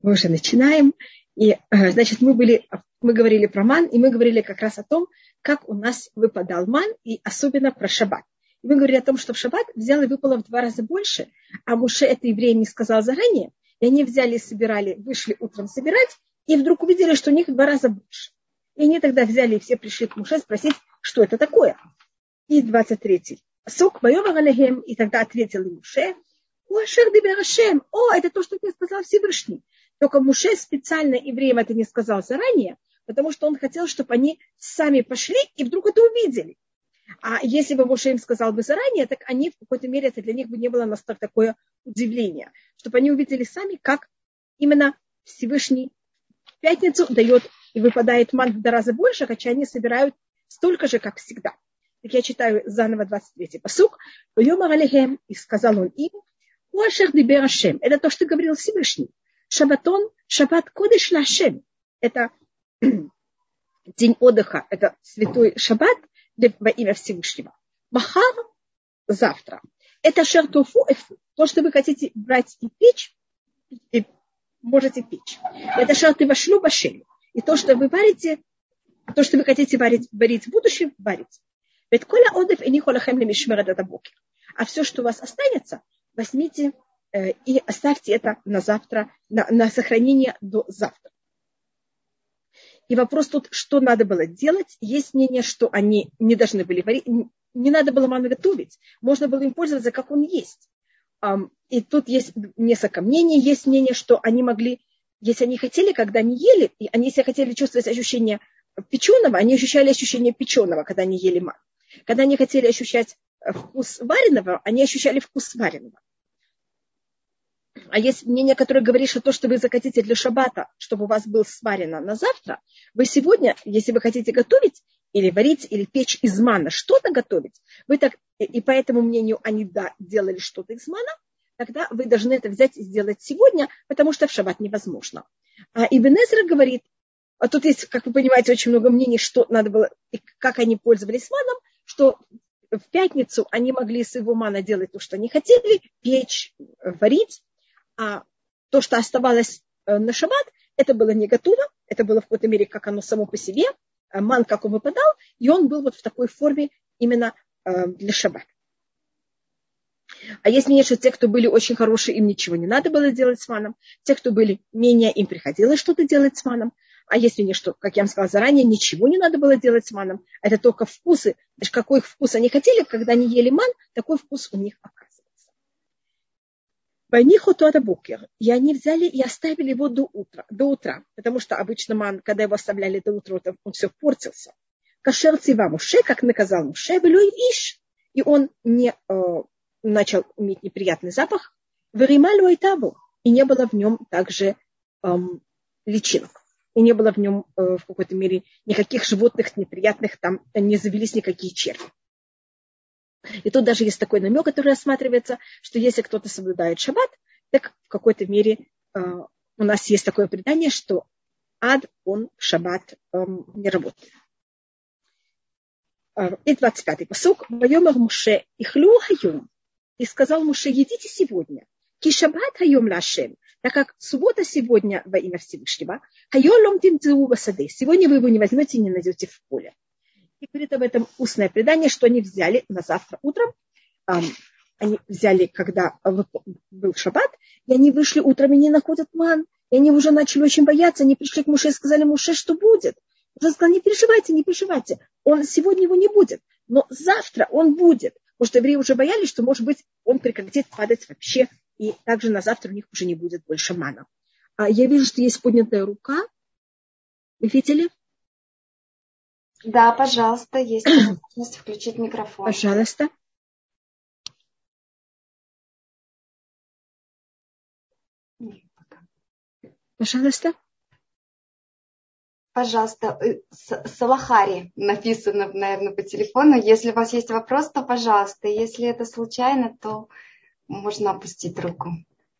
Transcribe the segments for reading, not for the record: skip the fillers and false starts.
Мы уже начинаем. И, значит, мы говорили про ман, и мы говорили как раз о том, как у нас выпадал ман, и особенно про шаббат. И мы говорили о том, что в шаббат взял и выпало в 2 раза больше, а Моше это евреям не сказал заранее, и они взяли и собирали, вышли утром собирать, и вдруг увидели, что у них в 2 раза больше. И они тогда взяли и все пришли к Моше спросить, что это такое. И 23-й. Сок Вайомар алейхем, и тогда ответил им Моше, это то, что тебе сказал Всевышний. Только Моше специально евреям это не сказал заранее, потому что он хотел, чтобы они сами пошли и вдруг это увидели. А если бы Моше им сказал бы заранее, так они в какой-то мере, это для них бы не было настолько такое удивление, чтобы они увидели сами, как именно Всевышний в пятницу дает и выпадает ман в 2 раза больше, хотя они собирают столько же, как всегда. Так я читаю заново 23-й пасук. И сказал он им, это то, что говорил Всевышний. Шаббатон, шаббат кодеш лашем. Это день отдыха, это святой шаббат во имя Всевышнего. Махар, завтра. Это шертуфу, то, что вы хотите брать и печь, и можете печь. Это шертувашлю башель. И то, что вы варите, то, что вы хотите варить в будущем, варите. Ведь коля одев и нихолахем лемишмер это букер. А все, что у вас останется, возьмите и оставьте это на завтра, на сохранение до завтра. И вопрос тут, что надо было делать. Есть мнение, что они не должны были варить, не надо было ману готовить. Можно было им пользоваться, как он есть. И тут есть несколько мнений. Есть мнение, что они могли, если они хотели, когда они ели, и они, если хотели чувствовать ощущение печеного, они ощущали ощущение печеного, когда они ели ман. Когда они хотели ощущать вкус вареного, они ощущали вкус вареного. А есть мнение, которое говорит, что то, что вы захотите для шаббата, чтобы у вас было сварено на завтра, вы сегодня, если вы хотите готовить, или варить, или печь из мана, что-то готовить, вы так, и по этому мнению они делали что-то из мана, тогда вы должны это взять и сделать сегодня, потому что в шаббат невозможно. А Ибн Эзра говорит, а тут есть, как вы понимаете, очень много мнений, что надо было, и как они пользовались маном, что в пятницу они могли из своего мана делать то, что они хотели, печь, варить, а то, что оставалось на шаббат, это было не готово, это было в какой-то мере, как оно само по себе, ман, как он выпадал, и он был вот в такой форме именно для шаббата. А есть мнение, что те, кто были очень хорошие, им ничего не надо было делать с маном, те, кто были менее, им приходилось что-то делать с маном, а есть мнение, что, как я вам сказала заранее, ничего не надо было делать с маном, это только вкусы, даже какой вкус они хотели, когда они ели ман, такой вкус у них оказывается. И они взяли и оставили его до утра, потому что обычно ман, когда его оставляли до утра, он все портился. Кашер цива Моше, как наказал Моше, и он не начал иметь неприятный запах, и не было в нем также личинок, и не было в нем в какой-то мере никаких животных неприятных, там не завелись никакие черви. И тут даже есть такой намек, который рассматривается, что если кто-то соблюдает шаббат, так в какой-то мере у нас есть такое предание, что ад, он в шаббат не работает. И 25-й пасук. «Вайомар Моше ихлю хайом». И сказал Моше, едите сегодня. «Ки шаббат хайом лашем». Так как суббота сегодня во имя Всевышнего. «Хайом лом тимцеу басаде». Сегодня вы его не возьмете и не найдете в поле. И говорит об этом устное предание, что они взяли на завтра утром, они взяли, когда был шаббат, и они вышли утром и не находят ман, и они уже начали очень бояться, они пришли к Моше и сказали: Моше, что будет? Он сказал: не переживайте, он сегодня его не будет, но завтра он будет. Потому что евреи уже боялись, что, может быть, он прекратит падать вообще, и также на завтра у них уже не будет больше мана. Я вижу, что есть поднятая рука. Вы видели? Да, пожалуйста, есть возможность включить микрофон. Пожалуйста. Пожалуйста. Пожалуйста, Салахари написано, наверное, по телефону. Если у вас есть вопрос, то пожалуйста. Если это случайно, то можно опустить руку.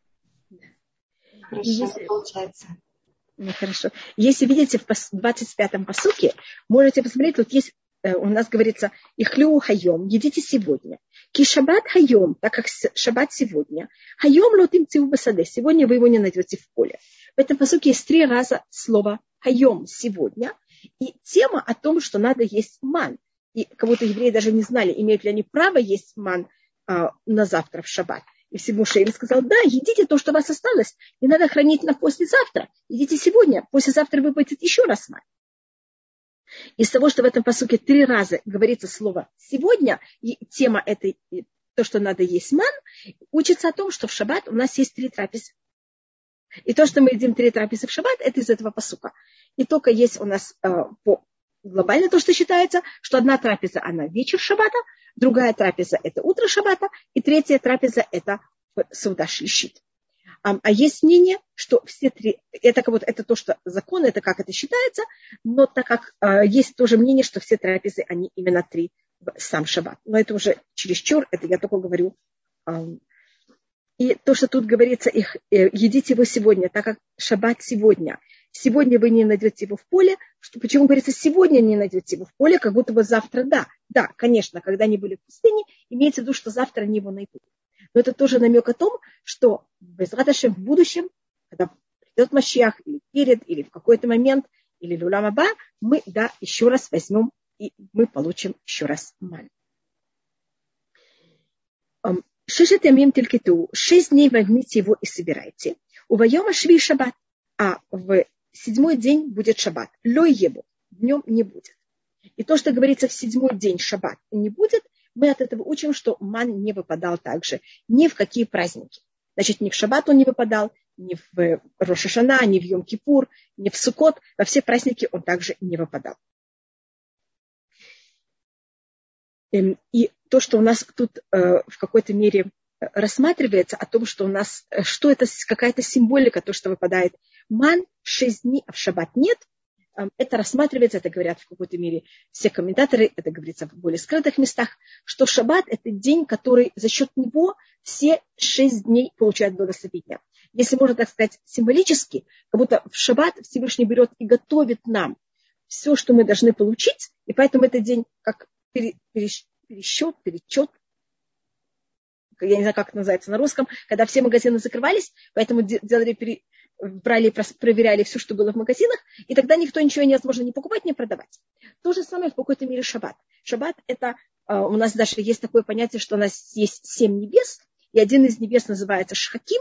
Хорошо, получается. Хорошо. Если видите в 25-м пасуке, можете посмотреть, тут есть, у нас говорится, ихлю хайом, едите сегодня. Ки шаббат хайом, так как шаббат сегодня. Хайом лотим циву басаде, сегодня вы его не найдете в поле. В этом пасуке есть 3 раза слово «хайом» – «сегодня». И тема о том, что надо есть ман. И кого-то евреи даже не знали, имеют ли они право есть ман на завтра в шаббат. И Всевышний им сказал: да, едите то, что у вас осталось. Не надо хранить на послезавтра. Едите сегодня. Послезавтра выпадет еще раз ман. Из того, что в этом пасуке 3 раза говорится слово «сегодня», и тема этой, то, что надо есть ман, учится о том, что в шаббат у нас есть 3 трапезы. И то, что мы едим 3 трапезы в шаббат, это из этого пасука. И только есть у нас глобально то, что считается, что одна трапеза, она вечер шаббата, другая трапеза – это утро шаббата, и третья трапеза – это сауда шлишит. А есть мнение, что все 3, это то, что закон, это как это считается, но так как есть тоже мнение, что все трапезы, они именно 3 в сам шаббат. Но это уже чересчур, это я только говорю. И то, что тут говорится, едите его сегодня, так как шаббат сегодня. Сегодня вы не найдете его в поле. Почему говорится, сегодня не найдете его в поле, как будто бы завтра да. Да, конечно, когда они были в пустыне, имеется в виду, что завтра они его найдут. Но это тоже намек о том, что Бе'эзрат Ашем в будущем, когда придет Машиах, или перед, или в какой-то момент, или в Улам Аба, мы еще раз возьмем, и мы получим еще раз ман. 6 ямим тилькиту, 6 дней возьмите его и собирайте. Увайома шви шаббат, а в 7-й день будет шаббат. Лой ебу, днем не будет. И то, что говорится в 7-й день шаббат не будет, мы от этого учим, что ман не выпадал также ни в какие праздники. Значит, ни в шаббат он не выпадал, ни в Рош ха-Шана, ни в Йом-Кипур, ни в Суккот. Во все праздники он также не выпадал. И то, что у нас тут в какой-то мере рассматривается, о том, что у нас, что это какая-то символика, то, что выпадает ман 6 дней, а в шаббат нет, это рассматривается, это говорят в какой-то мере все комментаторы, это говорится в более скрытых местах, что шаббат – это день, который за счет него все 6 дней получают благословение. Если можно так сказать символически, как будто в шаббат Всевышний берет и готовит нам все, что мы должны получить, и поэтому этот день как пересчет, я не знаю, как это называется на русском, когда все магазины закрывались, поэтому брали, проверяли все, что было в магазинах, и тогда никто ничего невозможно не покупать, не продавать. То же самое в какой-то мере шаббат. Шаббат – это, у нас даже есть такое понятие, что у нас есть 7 небес, и один из небес называется Шхаким,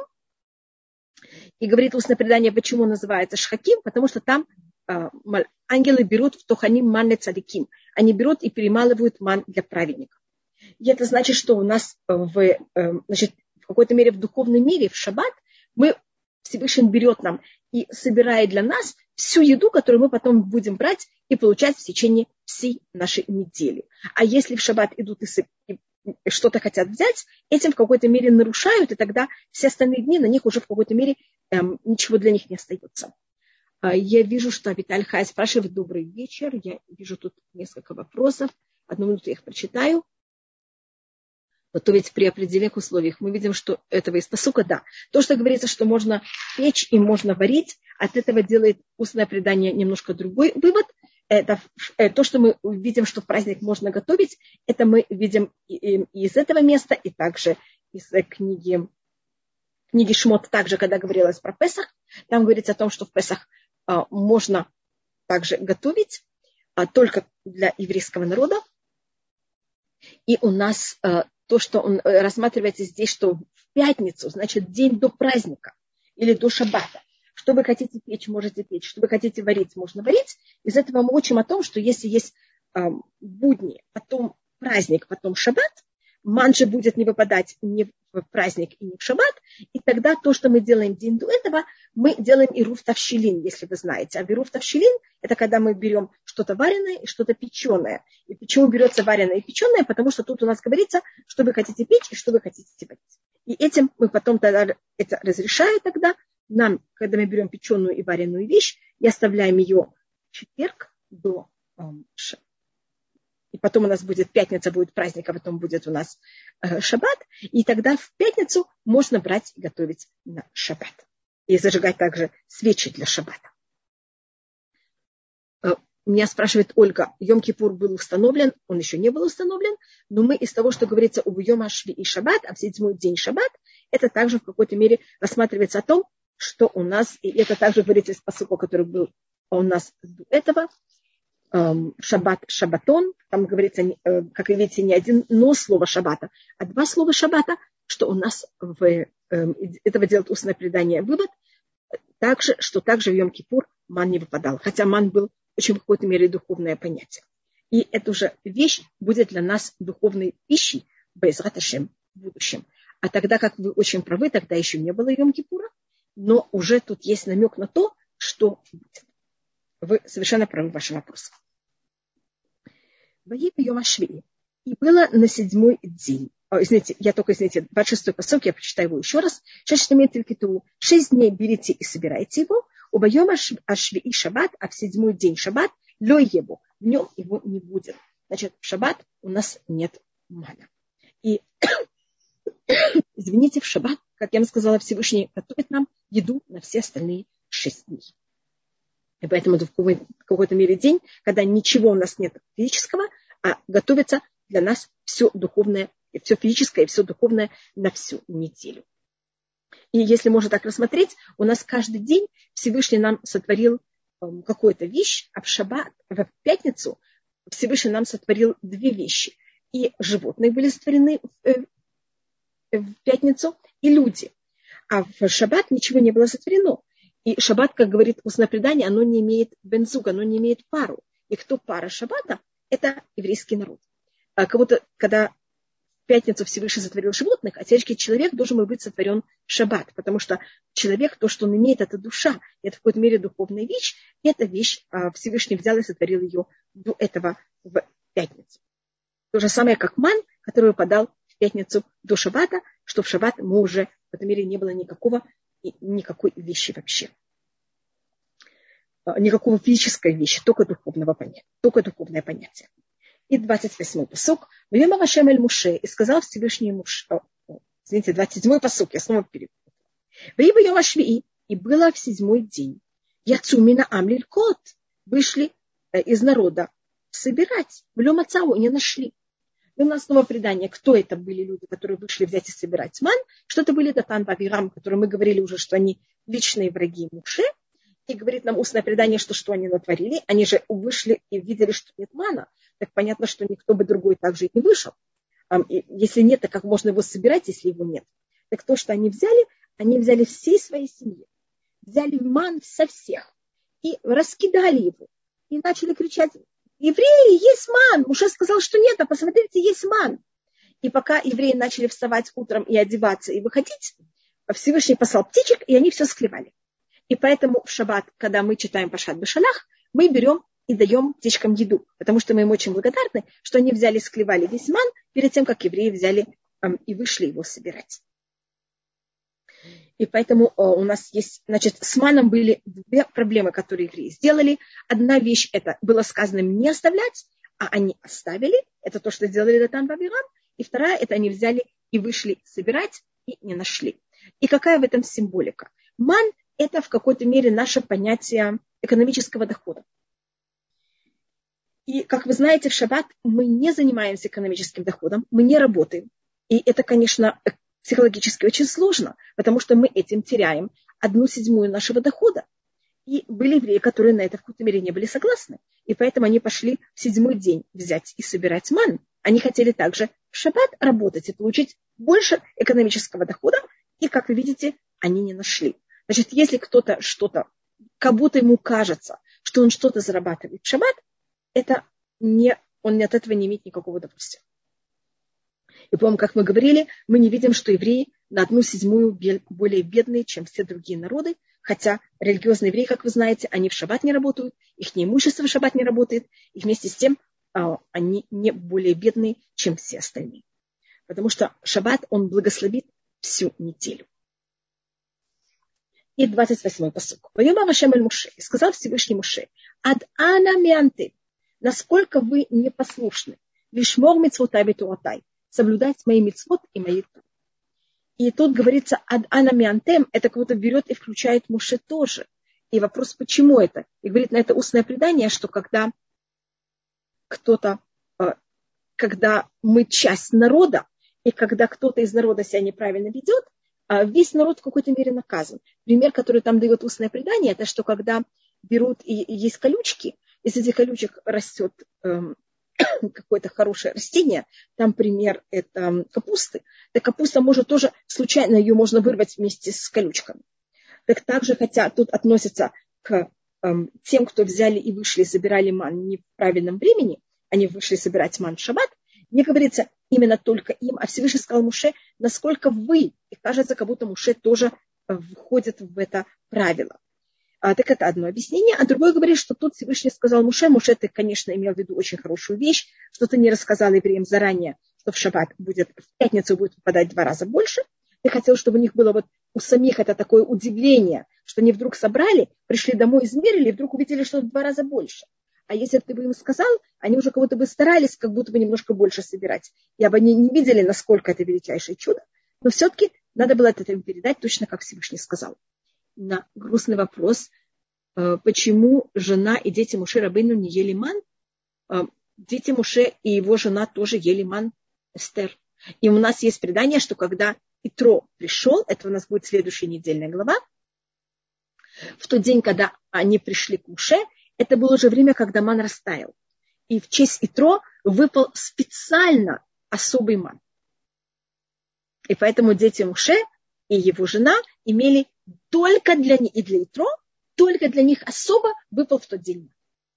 и говорит устное предание, почему называется Шхаким, потому что там ангелы берут в тоханим ман ле цадиким. Они берут и перемалывают ман для праведников. И это значит, что у нас в какой-то мере в духовном мире, в шаббат, Всевышний берет нам и собирает для нас всю еду, которую мы потом будем брать и получать в течение всей нашей недели. А если в шаббат идут и что-то хотят взять, этим в какой-то мере нарушают, и тогда все остальные дни на них уже в какой-то мере ничего для них не остается. Я вижу, что Виталь Хай спрашивает: добрый вечер. Я вижу тут несколько вопросов. 1 минуту я их прочитаю. Готовить при определенных условиях. Мы видим, что этого из пасука, да. То, что говорится, что можно печь и можно варить, от этого делает устное предание немножко другой вывод. Это то, что мы видим, что в праздник можно готовить, это мы видим и из этого места, и также из книги Шмот, также, когда говорилось про Песах, там говорится о том, что в Песах можно также готовить только для еврейского народа. И у нас то, что он рассматривается здесь, что в пятницу, значит, день до праздника или до шаббата. Что вы хотите печь, можете печь. Что вы хотите варить, можно варить. Из этого мы учим о том, что если есть будни, потом праздник, потом шаббат, ман же будет не выпадать ни в праздник и не в шаббат, и тогда то, что мы делаем день до этого, мы делаем ирув тавшилин, если вы знаете. А ирув тавшилин – это когда мы берем что-то вареное и что-то печеное. И почему берется вареное и печеное? Потому что тут у нас говорится, что вы хотите печь и что вы хотите варить. И этим мы потом тогда это разрешаем тогда нам, когда мы берем печеную и вареную вещь и оставляем ее в четверг до и потом у нас будет пятница, будет праздник, а потом будет у нас шаббат. И тогда в пятницу можно брать и готовить на шаббат. И зажигать также свечи для шаббата. Меня спрашивает Ольга, Йом-Кипур был установлен? Он еще не был установлен. Но мы из того, что говорится об Йом Ашви и шаббат, а в 7-й день шаббат, это также в какой-то мере рассматривается о том, что у нас, и это также говорится из пасука, который был у нас до этого, шаббат, шаббатон, там говорится, как вы видите, не один, но слово шаббата, а два слова шаббата, что у нас этого делает устное предание вывод, также, что также в Йом-Кипур ман не выпадал, хотя ман был очень в какой-то мере духовное понятие. И эта же вещь будет для нас духовной пищей, бейзрат ашем, в будущем. А тогда, как вы очень правы, тогда еще не было Йом-Кипура, но уже тут есть намек на то, что будет. Вы совершенно правы в вашем вопросе. И было на 7-й день. Извините, 26-й пасук, я прочитаю его еще раз. 6 дней берите и собирайте его. Убайом ашвии шаббат, а в 7-й день шаббат, лё его, в нем его не будет. Значит, в шаббат у нас нет мана. И, извините, в шаббат, как я вам сказала, Всевышний готовит нам еду на все остальные 6 дней. И поэтому это в какой-то мере день, когда ничего у нас нет физического, а готовится для нас все духовное, все физическое и все духовное на всю неделю. И если можно так рассмотреть, у нас каждый день Всевышний нам сотворил какую-то вещь, а в шаббат, в пятницу Всевышний нам сотворил 2 вещи. И животные были сотворены в пятницу, и люди. А в шаббат ничего не было сотворено. И шаббат, как говорит устное предание, оно не имеет бензуга, оно не имеет пару. И кто пара шаббата, это еврейский народ. А кого-то, когда в пятницу Всевышний сотворил животных, а теоретически человек должен был быть сотворен в шаббат, потому что человек, то, что он имеет, это душа, это в какой-то мере духовная вещь, и эта вещь Всевышний взял и сотворил ее до этого в пятницу. То же самое, как ман, который выпадал в пятницу до шаббата, что в шаббат мы уже в этом мире не было никакой вещи вообще. Никакого физической вещи, только духовное понятие. И 28-й пасук. «Ваёмар Ашем эль Муше», и сказал Всевышний Муше, 27-й пасук, я снова перепутала. «Ваи баём ашвии», и было в 7-й день. «Яцу мина ам лилькот», вышли из народа собирать. В лём ацау не нашли. И у нас снова предание, кто это были люди, которые вышли взять и собирать ман, что это были Датан вАвирам, которые мы говорили уже, что они личные враги Муше. И говорит нам устное предание, что они натворили. Они же вышли и видели, что нет мана. Так понятно, что никто бы другой также и не вышел. Если нет, то как можно его собирать, если его нет? Так то, что они взяли всей своей семьи. Взяли ман со всех. И раскидали его. И начали кричать: евреи, есть ман! Муше сказал, что нет, а посмотрите, есть ман. И пока евреи начали вставать утром и одеваться и выходить, Всевышний послал птичек, и они все склевали. И поэтому в шаббат, когда мы читаем Пашат Бешалах, мы берем и даем птичкам еду, потому что мы им очень благодарны, что они взяли, склевали весь ман перед тем, как евреи взяли и вышли его собирать. И поэтому у нас есть, значит, с маном были 2 проблемы, которые евреи сделали. Одна вещь, это было сказано им не оставлять, а они оставили. Это то, что сделали Датан вАвирам. И вторая, это они взяли и вышли собирать и не нашли. И какая в этом символика? Ман – это в какой-то мере наше понятие экономического дохода. И, как вы знаете, в шаббат мы не занимаемся экономическим доходом, мы не работаем. И это, конечно, психологически очень сложно, потому что мы этим теряем 1/7 нашего дохода. И были евреи, которые на это в какой-то мере не были согласны. И поэтому они пошли в 7-й день взять и собирать ман. Они хотели также в шаббат работать и получить больше экономического дохода. И, как вы видите, они не нашли. Значит, если кто-то что-то, как будто ему кажется, что он что-то зарабатывает в шаббат, он от этого не имеет никакого удовольствия. И, по-моему, как мы говорили, мы не видим, что евреи на 1/7 более бедные, чем все другие народы, хотя религиозные евреи, как вы знаете, они в шаббат не работают, их имущество в шаббат не работает, и вместе с тем они не более бедные, чем все остальные. Потому что шаббат, он благословит всю неделю. И 28-й пасук. «Ваёмар Ашем эль Муше», и сказал Всевышний Муше: «Ад ана мианты», насколько вы непослушны, лишмор мицвотай бетуратай, соблюдать мои мицвот и мои туры. И тут говорится ад ана миантем, это кого-то берет и включает Муше тоже. И вопрос, почему это? И говорит на это устное предание, что когда мы часть народа, и когда кто-то из народа себя неправильно ведет, весь народ в какой-то мере наказан. Пример, который там дает устное предание, это что когда берут и есть колючки, из этих колючек растет какое-то хорошее растение, там пример это капусты, так капуста может тоже случайно, ее можно вырвать вместе с колючками. Так также, хотя тут относятся к тем, кто взяли и вышли, собирали ман не в правильном времени, они вышли собирать ман в шаббат, не говорится именно только им, а Всевышний сказал Моше, насколько вы, и кажется, как будто Моше тоже входит в это правило. Так это одно объяснение. А другое говорит, что тут Всевышний сказал Моше, Моше, ты, конечно, имел в виду очень хорошую вещь, что ты не рассказал евреям заранее, что в шаббат будет, в пятницу будет выпадать 2 раза больше. Ты хотел, чтобы у них было вот у самих это такое удивление, что они вдруг собрали, пришли домой, измерили, и вдруг увидели, что в 2 раза больше. А если бы ты бы им сказал, они уже как будто бы старались, как будто бы немножко больше собирать. И бы они не видели, насколько это величайшее чудо. Но все-таки надо было это им передать точно, как Всевышний сказал. На грустный вопрос, почему жена и дети Моше Рабейну не ели ман. Дети Моше и его жена тоже ели ман, Эстер. И у нас есть предание, что когда Итро пришел, это у нас будет следующая недельная глава, в тот день, когда они пришли к Моше, это было уже время, когда ман растаял. И в честь Итро выпал специально особый ман. И поэтому дети Моше и его жена имели только для них, и для Итро, только для них особо выпал в тот день.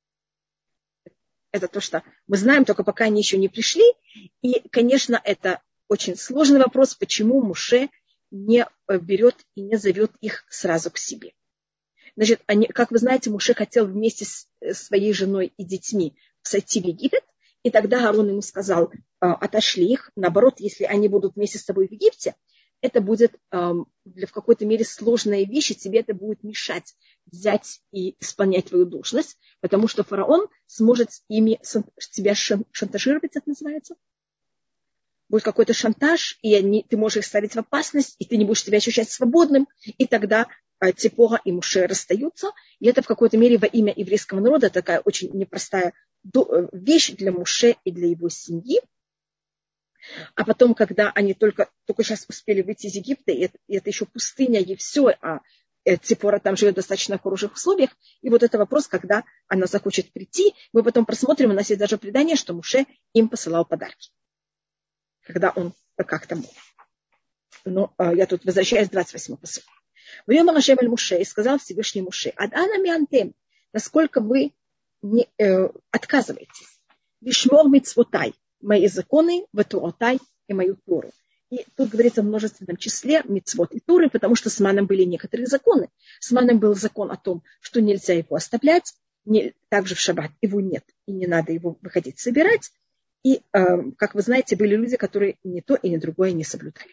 Это то, что мы знаем, только пока они еще не пришли. И, конечно, это очень сложный вопрос, почему Моше не берет и не зовет их сразу к себе. Значит, как вы знаете, Моше хотел вместе с своей женой и детьми сойти в Египет, и тогда Аарон ему сказал, отошли их. Наоборот, если они будут вместе с тобой в Египте, это будет в какой-то мере сложная вещь, и тебе это будет мешать взять и исполнять твою должность, потому что фараон сможет тебя шантажировать, это называется. Будет какой-то шантаж, и ты можешь их ставить в опасность, и ты не будешь себя ощущать свободным, и тогда Ципора и Моше расстаются, и это в какой-то мере во имя еврейского народа такая очень непростая вещь для Моше и для его семьи. А потом, когда они только сейчас успели выйти из Египта, и это еще пустыня, и все, а Ципора там живет в достаточно хороших условиях, и вот это вопрос, когда она захочет прийти, мы потом просмотрим, у нас есть даже предание, что Моше им посылал подарки, когда он как-то мог. Но я тут возвращаюсь к 28-му посылу. Время Ашем эль Моше, и сказал Всевышний Моше, Адана миантем, насколько вы не отказываетесь, вишмор мицвотай, мои законы, ветуотай и мою Тору. И тут говорится в множественном числе мицвот и Торы, потому что с маном были некоторые законы. С маном был закон о том, что нельзя его оставлять, также в шаббат его нет, и не надо его выходить собирать. И, как вы знаете, были люди, которые ни то и ни другое не соблюдали.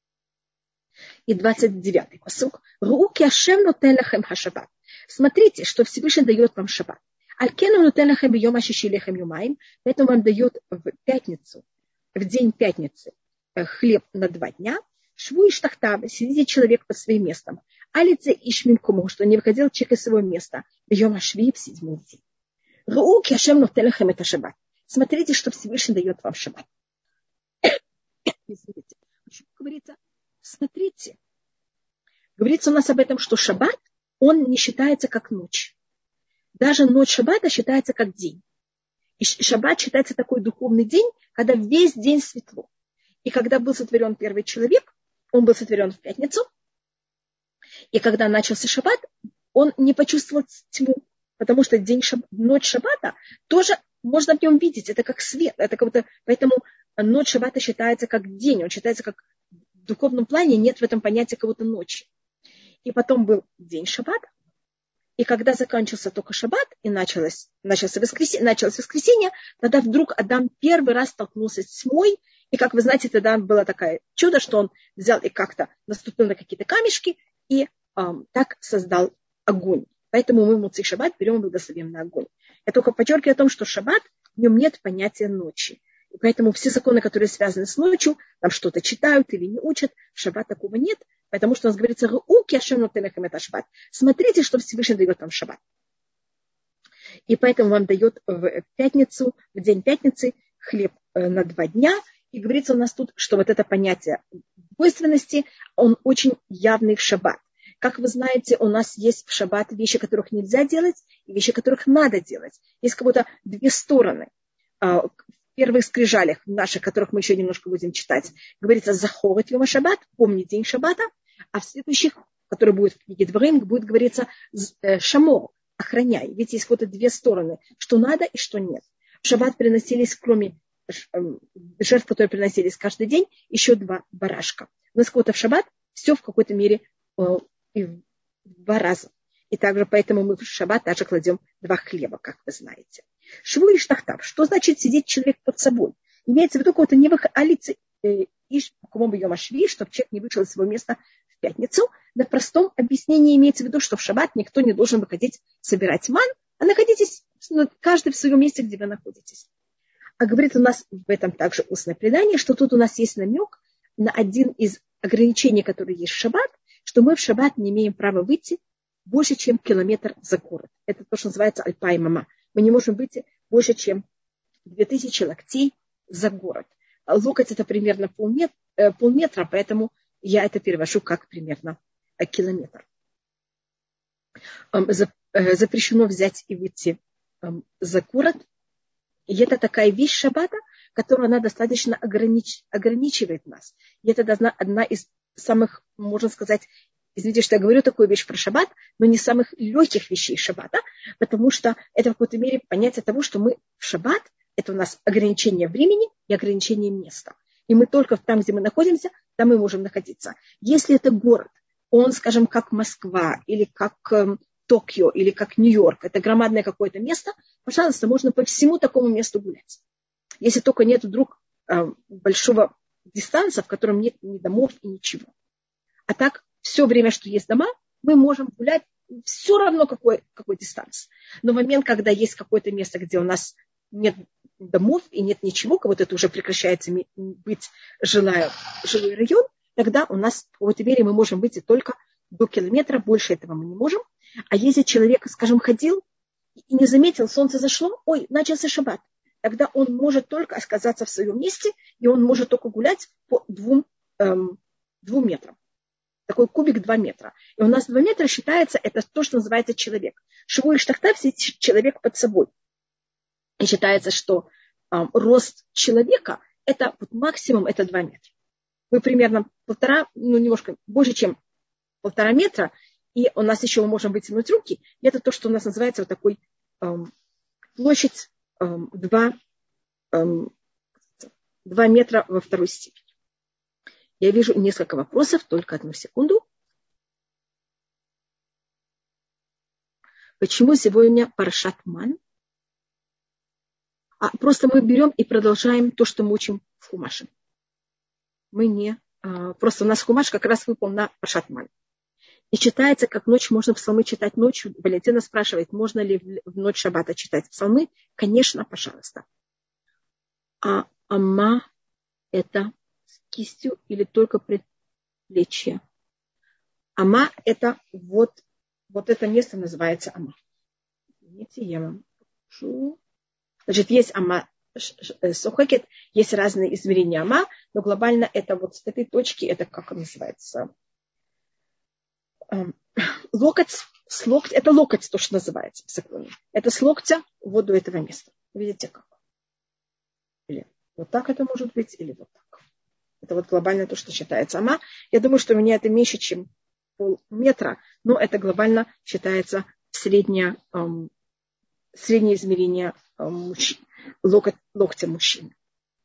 И 29-й пасук. Руки Ашем нотен лахем хашаббат. Смотрите, что Всевышний дает вам шаббат. Алькену нотен лахем бьем ашиши лехем юмаим. Поэтому вам дает в пятницу, в день пятницы, хлеб на 2 дня. Шву и штахтав, сидите человек под своим местом. Алице и шминкому, что не выходил человек из своего места. Бьем ашви в 7-й день. Руки Ашем нотен лахем это шаббат. Смотрите, что Всевышний дает вам шаббат. Извините. Почему говорится? Смотрите. Говорится у нас об этом, что шаббат, он не считается как ночь. Даже ночь шаббата считается как день. И шаббат считается такой духовный день, когда весь день светло. И когда был сотворен первый человек, он был сотворен в пятницу. И когда начался шаббат, он не почувствовал тьму. Потому что ночь шаббата тоже можно в нем видеть. Это как свет. Это как-то, поэтому ночь шаббата считается как день. Он считается как в духовном плане, нет в этом понятия кого-то ночи. И потом был день шаббата. И когда заканчивался только шаббат, и началось воскресенье, тогда вдруг Адам первый раз столкнулся с тьмой. И, как вы знаете, тогда было такое чудо, что он взял и как-то наступил на какие-то камешки и так создал огонь. Поэтому мы в Муцей шаббат берем и благословим на огонь. Я только подчеркиваю о том, что шаббат, в нем нет понятия ночи. И поэтому все законы, которые связаны с ночью, там что-то читают или не учат, в шаббат такого нет, потому что у нас говорится, смотрите, что Всевышний дает вам в шаббат. И поэтому вам дает в пятницу, в день пятницы хлеб на 2 дня. И говорится у нас тут, что вот это понятие двойственности, он очень явный в шаббат. Как вы знаете, у нас есть в шаббат вещи, которых нельзя делать, и вещи, которых надо делать. Есть как будто две стороны. В первых скрижалях наших, которых мы еще немножко будем читать, говорится «захорет йома шаббат», «помни день шаббата», а в следующих, которые будут в книге Дворим, будет говориться «шамор», «охраняй». Ведь есть вот две стороны, что надо и что нет. В шаббат приносились, кроме жертв, которые приносились каждый день, еще 2 барашка. У нас в шаббат все в какой-то мере и в 2 раза. И также поэтому мы в шаббат также кладем 2 хлеба, как вы знаете. Шву и штахтав. Что значит сидеть человек под собой? Имеется в виду какой-то не выход, а лице чтобы человек не вышел из своего места в пятницу. На простом объяснении имеется в виду, что в шаббат никто не должен выходить собирать ман, а находитесь каждый в своем месте, где вы находитесь. А говорит у нас в этом также устное предание, что тут у нас есть намек на один из ограничений, которые есть в шаббат, что мы в шаббат не имеем права выйти больше, чем километр за город. Это то, что называется альпай мама. Мы не можем выйти больше, чем 2000 локтей за город. Локоть это примерно полметра, поэтому я это перевожу как примерно километр. Запрещено взять и выйти за город. И это такая вещь шаббата, которая она достаточно ограничивает нас. И это одна из самых, можно сказать, извините, что я говорю такую вещь про шаббат, но не самых легких вещей шаббата, потому что это в какой-то мере понятие того, что мы в шаббат, это у нас ограничение времени и ограничение места. И мы только там, где мы находимся, там мы можем находиться. Если это город, он, скажем, как Москва или как Токио или как Нью-Йорк, это громадное какое-то место, пожалуйста, можно по всему такому месту гулять. Если только нет вдруг большого дистанса, в котором нет ни домов и ничего. А так, все время, что есть дома, мы можем гулять все равно какой дистанс. Но в момент, когда есть какое-то место, где у нас нет домов и нет ничего, как вот это уже прекращается быть жилой район, тогда у нас в какой-то мере мы можем выйти только до километра, больше этого мы не можем. А если человек, скажем, ходил и не заметил, солнце зашло, начался шаббат, тогда он может только оказаться в своем месте, и он может только гулять по 2 метрам. Такой кубик 2 метра. И у нас 2 метра считается, это то, что называется человек. Шву и штахтав сидит человек под собой. И считается, что рост человека, это максимум это 2 метра. Мы примерно 1,5, немножко больше, чем 1,5 метра, и у нас еще мы можем вытянуть руки. И это то, что у нас называется вот такой площадь 2 метра во 2 степени. Я вижу несколько вопросов, только 1 секунду. Почему сегодня парашат ман? Просто мы берем и продолжаем то, что мы учим в Хумаше. Мы не... Просто у нас Хумаш как раз выпал на парашат ман. И читается, как ночь можно псалмы читать ночью. Валентина спрашивает, можно ли в ночь шаббата читать псалмы. Конечно, пожалуйста. А амма это с кистью или только предплечье? Амма это вот это место называется амма. Извините, я вам покажу. Значит, есть амма сухекет, есть разные измерения амма, но глобально это вот с этой точки, это как он называется? Локоть, это локоть, то, что называется. Это с локтя вот до этого места. Видите как? Или вот так это может быть, или вот так. Это вот глобально то, что считается амма. Я думаю, что у меня это меньше, чем полметра, но это глобально считается среднее измерение локтя мужчины.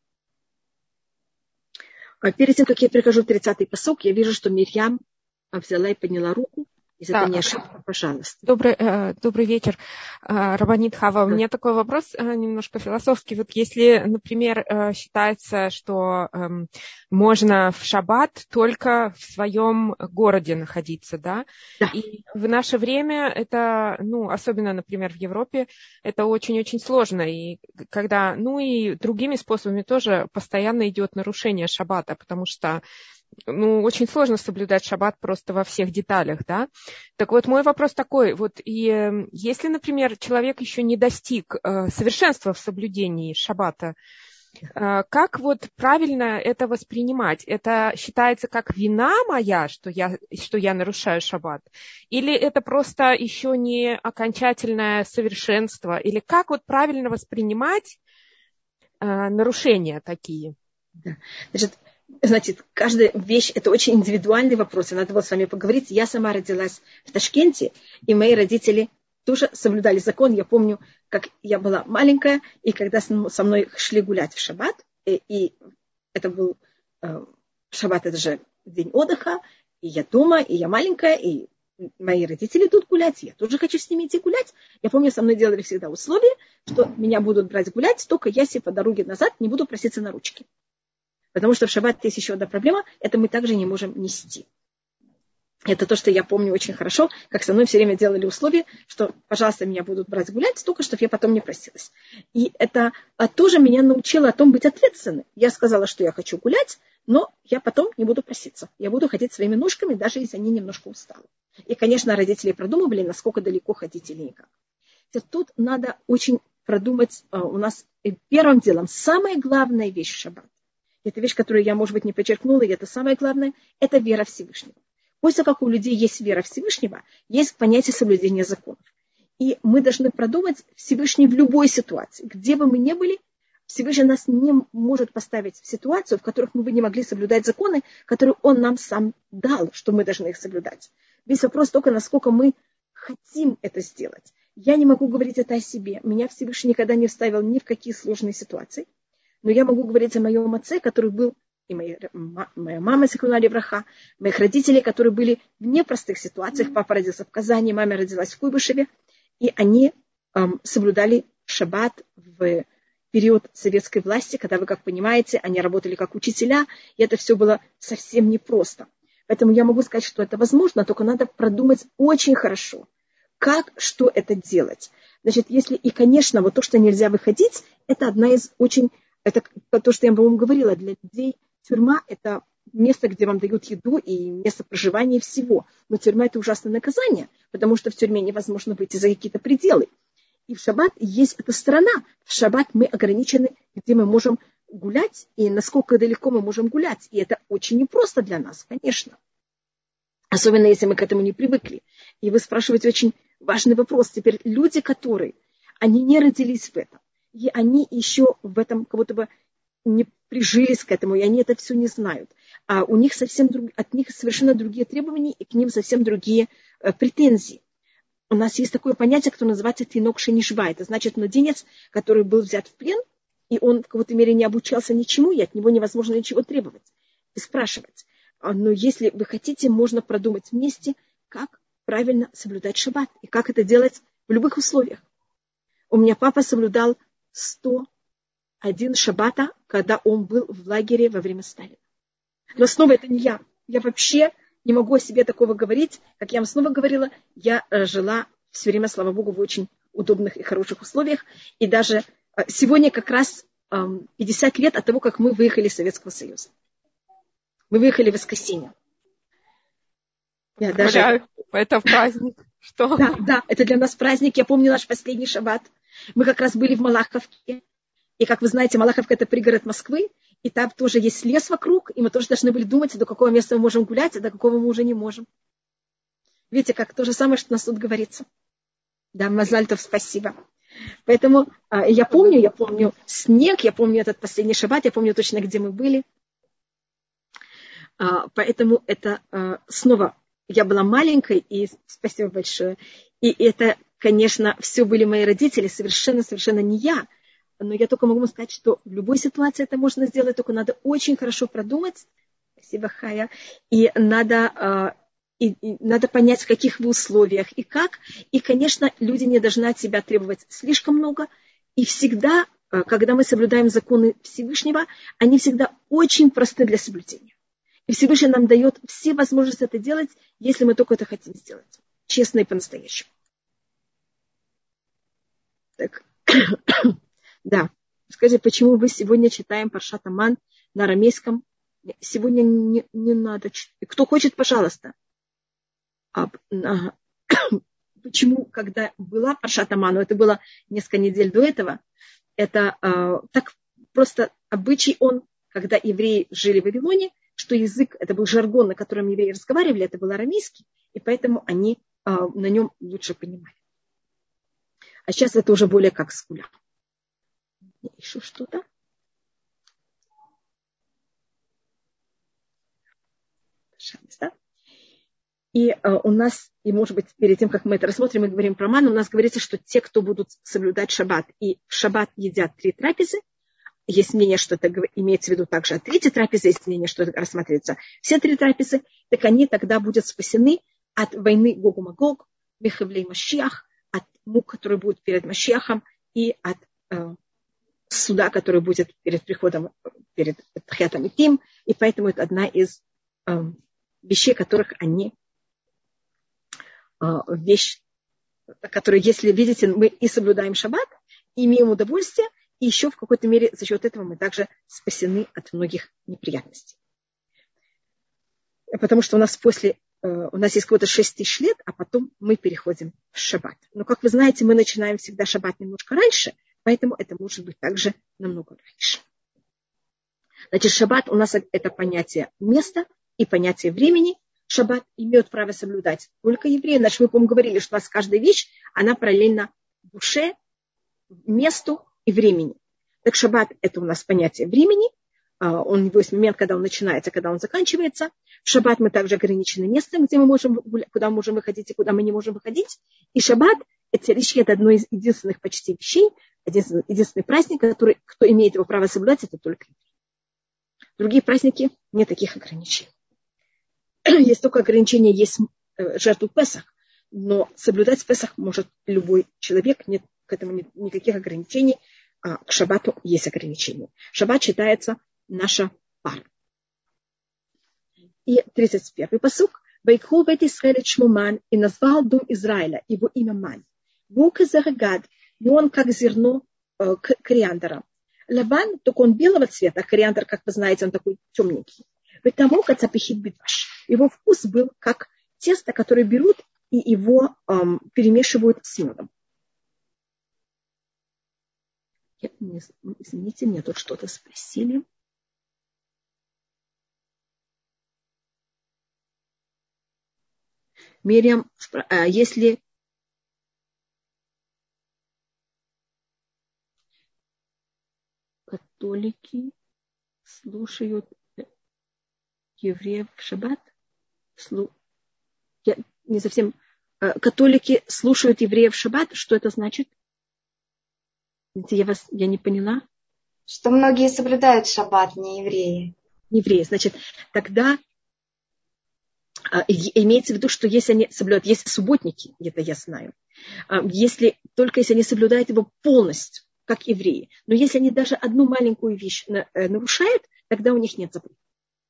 Перед тем, как я перехожу в 30-й пасук, я вижу, что Мирьям взяла и подняла руку. Если это не ошибка, пожалуйста. Добрый вечер, Рабанит Хава. У меня такой вопрос немножко философский. Вот если, например, считается, что можно в шаббат только в своем городе находиться, да? И в наше время это, особенно, например, в Европе, это очень-очень сложно. И когда, и другими способами тоже постоянно идет нарушение шаббата, потому что очень сложно соблюдать шаббат просто во всех деталях, да. Так вот, мой вопрос такой, если, например, человек еще не достиг совершенства в соблюдении шаббата, Как вот правильно это воспринимать? Это считается как вина моя, что я нарушаю шаббат? Или это просто еще не окончательное совершенство? Или как вот правильно воспринимать нарушения такие? Да. Значит, каждая вещь – это очень индивидуальный вопрос. И надо было с вами поговорить. Я сама родилась в Ташкенте, и мои родители тоже соблюдали закон. Я помню, как я была маленькая, и когда со мной шли гулять в шаббат, и это был шаббат, это же день отдыха, и я дома, и я маленькая, и мои родители идут гулять, я тоже хочу с ними идти гулять. Я помню, со мной делали всегда условие, что меня будут брать гулять, только если по дороге назад не буду проситься на ручки. Потому что в шаббат есть еще одна проблема, это мы также не можем нести. Это то, что я помню очень хорошо, как со мной все время делали условия, что, пожалуйста, меня будут брать гулять, только чтобы я потом не просилась. И это тоже меня научило о том быть ответственной. Я сказала, что я хочу гулять, но я потом не буду проситься. Я буду ходить своими ножками, даже если они немножко усталы. И, конечно, родители продумывали, насколько далеко ходить или никак. Тут надо очень продумать у нас первым делом. Самая главная вещь в шаббат. Это вещь, которую я, может быть, не подчеркнула, и это самое главное, это вера Всевышнего. После того, как у людей есть вера Всевышнего, есть понятие соблюдения законов. И мы должны продумать Всевышний в любой ситуации. Где бы мы ни были, Всевышний нас не может поставить в ситуацию, в которых мы бы не могли соблюдать законы, которые Он нам сам дал, что мы должны их соблюдать. Весь вопрос только, насколько мы хотим это сделать. Я не могу говорить это о себе. Меня Всевышний никогда не вставил ни в какие сложные ситуации. Но я могу говорить о моем отце, который был, и моя мама, сихруна левраха, моих родителей, которые были в непростых ситуациях. Папа родился в Казани, мама родилась в Куйбышеве. И они соблюдали шаббат в период советской власти, когда, вы как понимаете, они работали как учителя, и это все было совсем непросто. Поэтому я могу сказать, что это возможно, только надо продумать очень хорошо, как, что это делать. Значит, если, и, конечно, вот то, что нельзя выходить, это одна из очень, это то, что я вам говорила, для людей тюрьма – это место, где вам дают еду и место проживания всего. Но тюрьма – это ужасное наказание, потому что в тюрьме невозможно выйти за какие-то пределы. И в шаббат есть эта сторона. В шаббат мы ограничены, где мы можем гулять, и насколько далеко мы можем гулять. И это очень непросто для нас, конечно. Особенно, если мы к этому не привыкли. И вы спрашиваете очень важный вопрос. Теперь люди, которые, они не родились в этом, и они еще в этом как будто бы не прижились к этому, и они это все не знают. А у них от них совершенно другие требования, и к ним совсем другие претензии. У нас есть такое понятие, которое называется тинок шенишба. Это значит младенец, который был взят в плен, и он в какой-то мере не обучался ничему, и от него невозможно ничего требовать и спрашивать. Но если вы хотите, можно продумать вместе, как правильно соблюдать шаббат, и как это делать в любых условиях. У меня папа соблюдал 101 шаббата, когда он был в лагере во время Сталина. Но снова это не я. Я вообще не могу о себе такого говорить. Как я вам снова говорила, я жила все время, слава Богу, в очень удобных и хороших условиях. И даже сегодня как раз 50 лет от того, как мы выехали из Советского Союза. Мы выехали в воскресенье. Это праздник. Что? Да, это для нас праздник. Я помню наш последний шаббат. Мы как раз были в Малаховке. И, как вы знаете, Малаховка – это пригород Москвы. И там тоже есть лес вокруг. И мы тоже должны были думать, до какого места мы можем гулять, а до какого мы уже не можем. Видите, как то же самое, что у нас тут говорится. Да, Мазальтов, спасибо. Поэтому я помню снег, я помню этот последний шаббат, я помню точно, где мы были. Поэтому это снова, я была маленькой, и спасибо большое. И это, конечно, все были мои родители, совершенно не я. Но я только могу сказать, что в любой ситуации это можно сделать, только надо очень хорошо продумать. Спасибо, Хая. И надо понять, в каких вы условиях и как. И, конечно, люди не должны от себя требовать слишком много. И всегда, когда мы соблюдаем законы Всевышнего, они всегда очень просты для соблюдения. И Всевышний нам дает все возможности это делать, если мы только это хотим сделать. Честно и по-настоящему. Так. Да. Скажите, почему вы сегодня читаем Паршат Аман на арамейском? Сегодня не надо. Кто хочет, пожалуйста. Почему, когда была Паршат Аман, это было несколько недель до этого, это так просто обычай он, когда евреи жили в Вавилоне, что язык, это был жаргон, на котором евреи разговаривали, это был арамейский, и поэтому они на нем лучше понимали. А сейчас это уже более как скуля. Еще что-то? Да? И у нас, и может быть, перед тем, как мы это рассмотрим, мы говорим про ману, у нас говорится, что те, кто будут соблюдать шаббат, и в шаббат едят 3 трапезы, есть мнение, что это имеется в виду также от 3-й трапезы, есть мнение, что это рассматривается все 3 трапезы, так они тогда будут спасены от войны Гогу-Магог, Мехавлей Машиах, от мук, которые будут перед Машиахом, и от суда, который будет перед приходом, перед Тхиатом и Тим, и поэтому это одна из вещей, которых они вещь, которую, если видите, мы и соблюдаем шаббат, и имеем удовольствие, и еще в какой-то мере за счет этого мы также спасены от многих неприятностей. Потому что у нас есть какое-то 6 тысяч лет, а потом мы переходим в шаббат. Но, как вы знаете, мы начинаем всегда шаббат немножко раньше, поэтому это может быть также намного раньше. Значит, шаббат у нас это понятие места и понятие времени. Шаббат имеют право соблюдать только евреи. Значит, мы, по-моему, говорили, что у нас каждая вещь, она параллельна душе, месту и времени. Так шаббат – это у нас понятие времени. У него есть момент, когда он начинается, когда он заканчивается. В шаббат мы также ограничены местом, где мы можем, куда мы можем выходить и куда мы не можем выходить. И шаббат – это одно из единственных почти вещей, единственный праздник, который, кто имеет его право соблюдать, это только евреи. Другие праздники – нет таких ограничений. Есть только ограничение, есть жертву Песах, но соблюдать Песах может любой человек, нет к этому никаких ограничений, а к шаббату есть ограничения. Шаббат считается наша пара. И 31-й пасук. «Вайкху бейт Исраэль Шмуман, и назвал дом Израиля его имя Ман. Бук из Арагад, и он как зерно кориандра. Лаван, только он белого цвета, а кориандр, как вы знаете, он такой темненький. Потому как цапихит битваш. Его вкус был как тесто, которое берут и его перемешивают с медом». Извините, мне тут что-то спросили. Мирьям, если католики слушают евреев в шаббат, я не совсем... Католики слушают евреев в шаббат, что это значит? Я не поняла. Что многие соблюдают шаббат, не евреи. Не евреи, значит, тогда имеется в виду, что если они соблюдают, есть субботники, это я знаю, только если они соблюдают его полностью, как евреи, но если они даже одну маленькую вещь нарушают, тогда у них нет заповедей.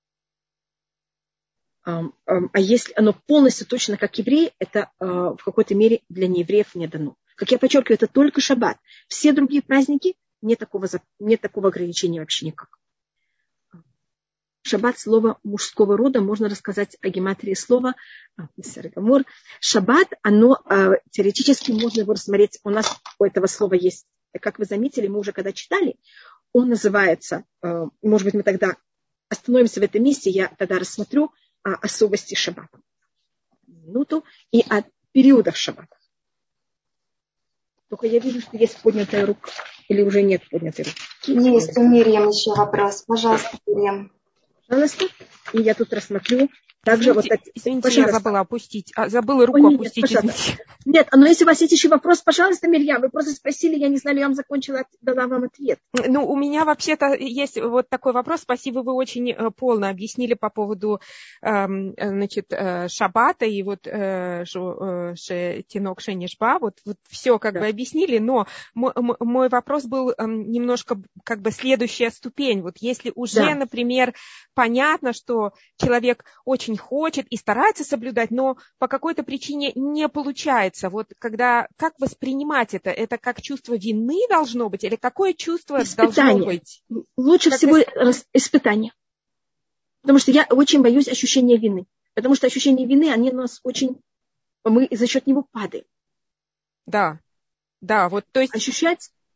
А если оно полностью точно как евреи, это в какой-то мере для неевреев не дано. Как я подчеркиваю, это только шаббат. Все другие праздники нет такого ограничения вообще никак. Шаббат – слово мужского рода. Можно рассказать о гематрии слова. Шаббат, оно теоретически можно его рассмотреть. У нас у этого слова есть, как вы заметили, мы уже когда читали, он называется, может быть, мы тогда остановимся в этом месте, я тогда рассмотрю о особости шаббата. Минуту. И о периодах шаббата. Только я вижу, что есть поднятая рука. Или уже нет поднятой руки. Есть у Мирьям еще вопрос. Пожалуйста, Мирьям. Пожалуйста. И я тут рассмотрю. Также извините, я забыла опустить. Забыла руку опустить, извините. Нет, но если у вас есть еще вопрос, пожалуйста, Мирьям, вы просто спросили, я не знаю, я вам закончила, дала вам ответ. Ну, у меня вообще-то есть вот такой вопрос. Спасибо, вы очень полно объяснили по поводу, значит, шаббата и вот тинок шенишба. Вот все как бы объяснили, но мой вопрос был немножко как бы следующая ступень. Вот если уже, например, понятно, что человек очень хочет и старается соблюдать, но по какой-то причине не получается. Вот когда, как воспринимать это? Это как чувство вины должно быть? Или какое чувство должно быть? Лучше всего испытание. Потому что я очень боюсь ощущения вины. Потому что ощущение вины, они у нас очень... Мы за счет него падаем. Да, вот то есть... Ощущать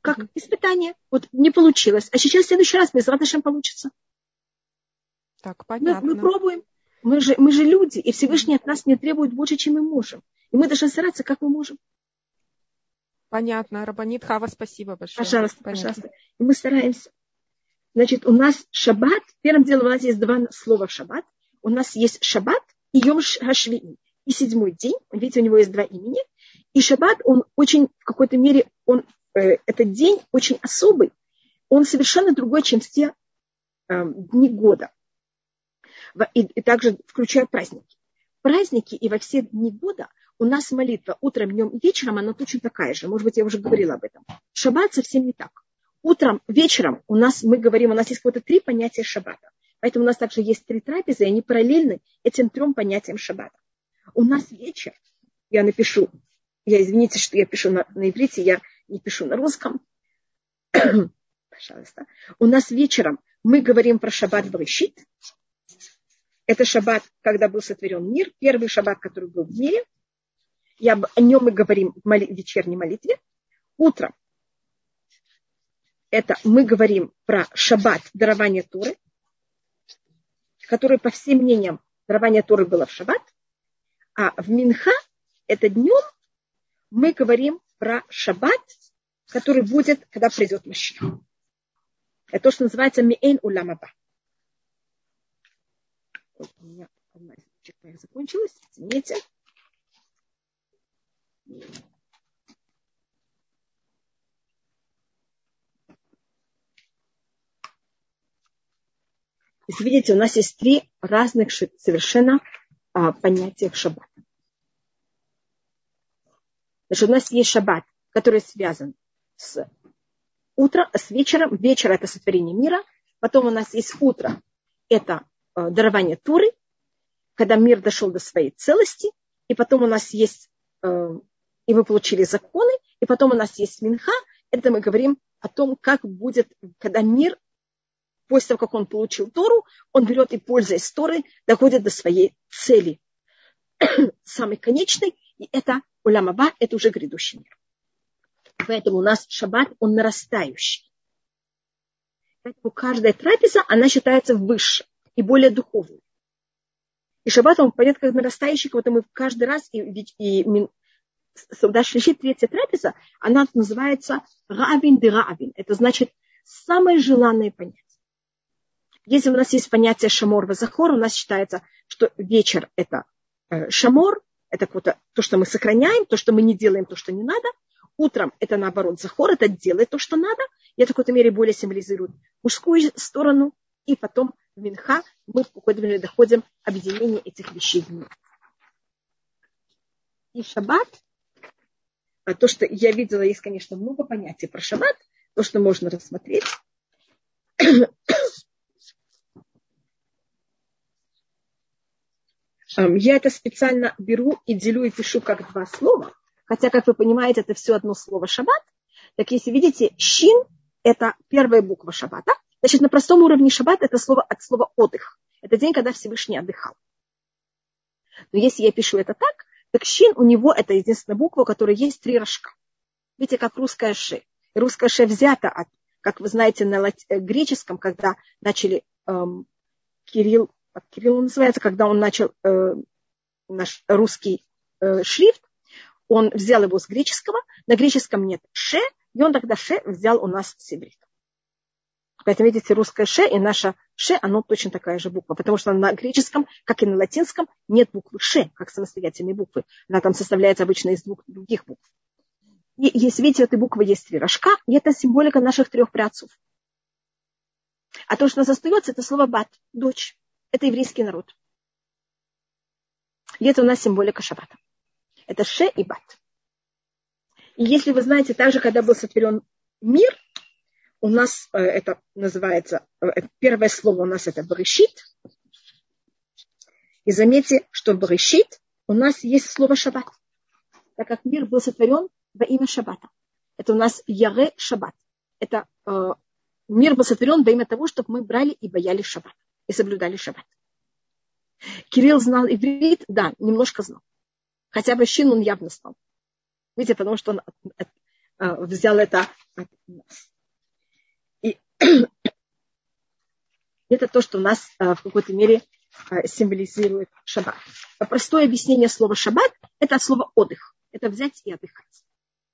как испытание. Вот не получилось. А сейчас в следующий раз без радости получится. Так, понятно. Мы пробуем. Мы же люди, и Всевышний от нас не требует больше, чем мы можем. И мы должны стараться, как мы можем. Понятно. Рабанит Хава, спасибо большое. Пожалуйста, пожалуйста. И мы стараемся. Значит, у нас шаббат. Первым делом у нас есть два слова шаббат. У нас есть шаббат и Йом Хашвии. И 7-й день. Видите, у него есть два имени. И шаббат, он очень, в какой-то мере, этот день очень особый. Он совершенно другой, чем все дни года. И также включая праздники. Праздники и во все дни года у нас молитва утром, днем и вечером, она точно такая же. Может быть, я уже говорила об этом. Шаббат совсем не так. Утром, вечером у нас есть какое-то 3 понятия шаббата. Поэтому у нас также есть 3 трапезы, и они параллельны этим 3 понятиям шаббата. У нас вечер, извините, что я пишу на иврите, я не пишу на русском. Пожалуйста. У нас вечером мы говорим про шаббат Брешит. Это шаббат, когда был сотворен мир, первый шаббат, который был в мире. И о нем мы говорим в вечерней молитве. Утром это мы говорим про шаббат дарования Торы, который, по всем мнениям, дарование Торы было в шаббат. А в Минха, это днем, мы говорим про шаббат, который будет, когда придет Машиах. Это то, что называется Миэйн Улам Аба. У меня одна из чек закончилась, извините. Если видите, у нас есть 3 разных совершенно понятия шаббата. Значит, у нас есть шаббат, который связан с утром, с вечером. Вечер – это сотворение мира. Потом у нас есть утро – это дарование Торы, когда мир дошел до своей целости. И потом у нас есть, и мы получили законы. И потом у нас есть минха. Это мы говорим о том, как будет, когда мир, после того, как он получил Тору, он берет и, пользуясь Торой, доходит до своей цели, самой конечной. И это Улам Аба, это уже грядущий мир. Поэтому у нас шаббат, он нарастающий. Поэтому каждая трапеза, она считается выше и более духовной. И шаббат, он понятно, как нарастающий, как будто мы каждый раз, даже 3-я трапеза, она называется Равин де Равин. Это значит самое желанное понятие. Если у нас есть понятие шамор вазахор, у нас считается, что вечер это шамор, это то, что мы сохраняем, то, что мы не делаем, то, что не надо. Утром это наоборот захор, это делает то, что надо. И это в какой-то мере более символизирует мужскую сторону. И потом в Минха мы в какой-то мере доходим объединения этих вещей в мир. И шаббат, то, что я видела, есть, конечно, много понятий про шаббат, то, что можно рассмотреть. Я это специально беру и делю и пишу как 2 слова. Хотя, как вы понимаете, это все одно слово шаббат. Так если видите, шин – это первая буква шаббата. Значит, на простом уровне шаббат – это слово от слова отдых. Это день, когда Всевышний отдыхал. Но если я пишу это так шин у него это единственная буква, у которой есть 3 рожка. Видите, как русская ше. Русская ше взята от, как вы знаете, на греческом, когда начали Кирилл называется, когда он начал наш русский шрифт, он взял его с греческого, на греческом нет ше, и он тогда ше взял у нас с иврита. Поэтому, видите, русская ше и наша ше, оно точно такая же буква, потому что на греческом, как и на латинском, нет буквы ше, как самостоятельной буквы. Она там составляется обычно из 2 других букв. И если видите, у этой буквы есть 3 рожка, и это символика наших 3 праотцов. А то, что у нас остается, это слово бат, дочь. Это еврейский народ. И это у нас символика шаббата. Это ше и бат. И если вы знаете, также, когда был сотворен мир, у нас это называется, первое слово у нас это Брешит. И заметьте, что Брешит у нас есть слово шаббат. Так как мир был сотворен во имя шаббата. Это у нас Яре шаббат. Это мир был сотворен во имя того, чтобы мы брали и боялись шаббата. И соблюдали шаббат. Кирилл знал иврит? Да, немножко знал. Хотя бы шин он явно знал. Видите, потому что он взял это Это то, что у нас в какой-то мере символизирует шаббат. Простое объяснение слова шаббат – это слово отдых. Это взять и отдыхать.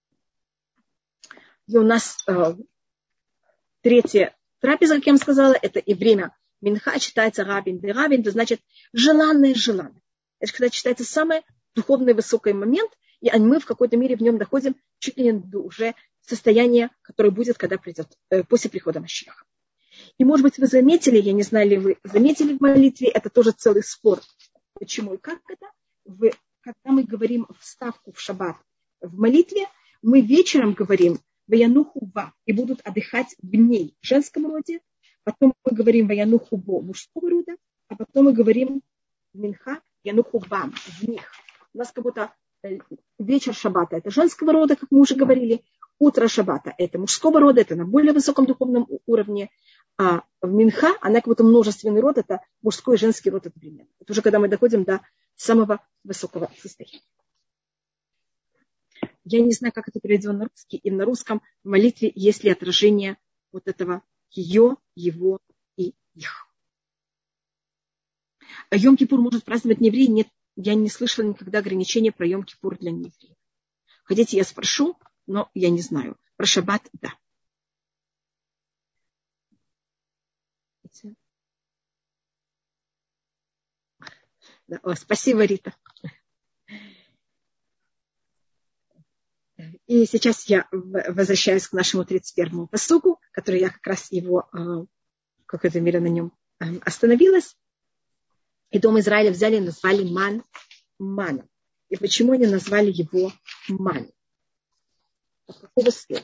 И у нас третья трапеза, как я вам сказала, это и время минха, читается рабин де рабин, это значит желанное. Это когда читается самый духовный высокий момент, и мы в какой-то мере в нем доходим чуть ли не до уже состояния, которое будет, когда придет, после прихода Машиаха. И, может быть, вы заметили, я не знаю, ли вы заметили в молитве, это тоже целый спор. Почему и как это? Когда мы говорим вставку в шаббат в молитве, мы вечером говорим «Ваянуху ба» и будут отдыхать в ней в женском роде, потом мы говорим «Ваянуху бо» мужского рода, а потом мы говорим «Минха януху бам» в них. У нас как будто вечер шаббата – это женского рода, как мы уже говорили, утро шаббата – это мужского рода, это на более высоком духовном уровне, а в Минха, она как будто множественный род, это мужской и женский род одновременно. Это уже когда мы доходим до самого высокого состояния. Я не знаю, как это переведено на русский, и на русском в молитве есть ли отражение вот этого ее, его и их. Йом-Кипур может праздновать неевреи? Нет, я не слышала никогда ограничения про Йом-Кипур для неевреев. Хотите, я спрошу, но я не знаю. Про шаббат – да. Да. О, спасибо, Рита. И сейчас я возвращаюсь к нашему 31-му пасуку, который я как раз его в какой-то мере на нем остановилась. И дом Израиля взяли и назвали ман. И почему они назвали его ман? От какого слова?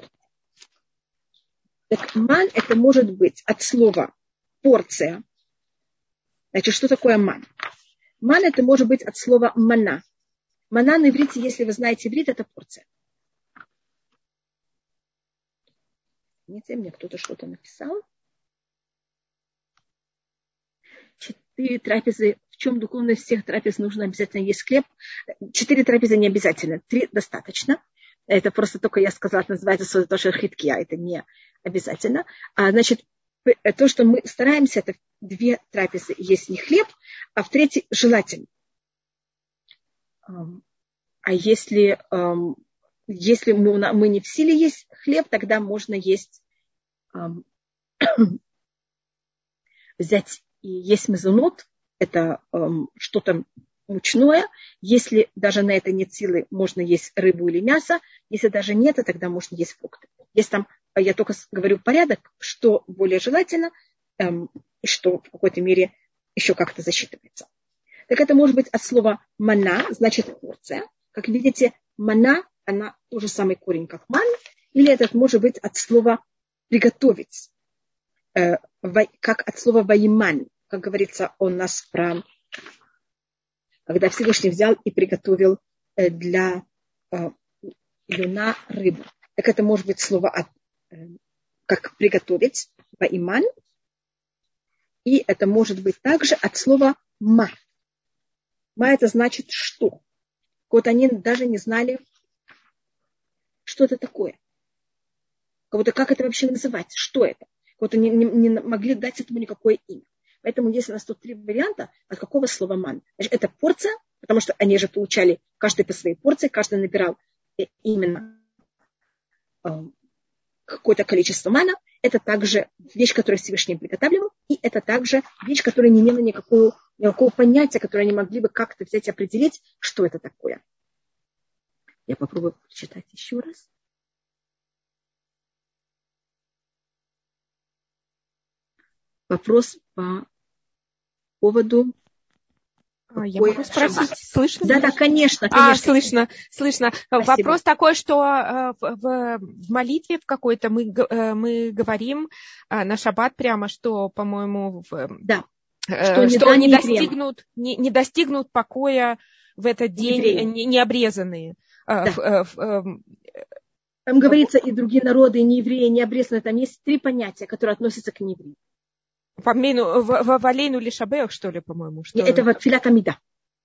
Так ман это может быть от слова порция. Значит, что такое ман? Ман это может быть от слова мана. Мана на иврите, если вы знаете иврит, это порция. Видите, мне кто-то что-то написал. 4 трапезы. В чем духовность всех трапез нужно обязательно есть хлеб? 4 трапезы не обязательно. 3 достаточно. Это просто только я сказала, это называется тоже хиткия. Это не обязательно. Значит, то, что мы стараемся, это 2 трапезы есть не хлеб, а в 3 желательно. А если мы не в силе есть хлеб, тогда можно есть, взять и есть мезонот, это что-то мучное. Если даже на это нет силы, можно есть рыбу или мясо. Если даже нет, тогда можно есть фрукты. Есть там, я только говорю порядок, что более желательно, и что в какой-то мере еще как-то засчитывается. Так это может быть от слова мана, значит порция. Как видите, мана, она тоже самый корень, как ман. Или это может быть от слова приготовить, как от слова ваиман. Как говорится у нас про... Когда Всевышний взял и приготовил для юна рыбу. Так это может быть слово как приготовить, ваиман. И это может быть также от слова ма. Ма это значит что. Вот они даже не знали, что это такое. Как это вообще называть? Что это? Вот они не могли дать этому никакое имя. Поэтому есть у нас тут 3 варианта, от какого слова ман. Значит, это порция, потому что они же получали каждый по своей порции, каждый набирал именно какое-то количество мана. Это также вещь, которую Всевышний приготавливал, и это также вещь, которая не имела никакого понятия, которое они могли бы как-то взять и определить, что это такое. Я попробую прочитать еще раз. Вопрос по поводу... Я могу спросить, слышно? Да, конечно. Слышно. Спасибо. Вопрос такой, что в молитве в какой-то мы говорим на шаббат прямо, что, по-моему, что не достигнут покоя в этот день необрезанные. Да. Там говорится, и другие народы, и неевреи, не обрезанные. Там есть 3 понятия, которые относятся к неевреям. В Алейну или Шабеах, что ли, по-моему? Это в Тфилат Амида.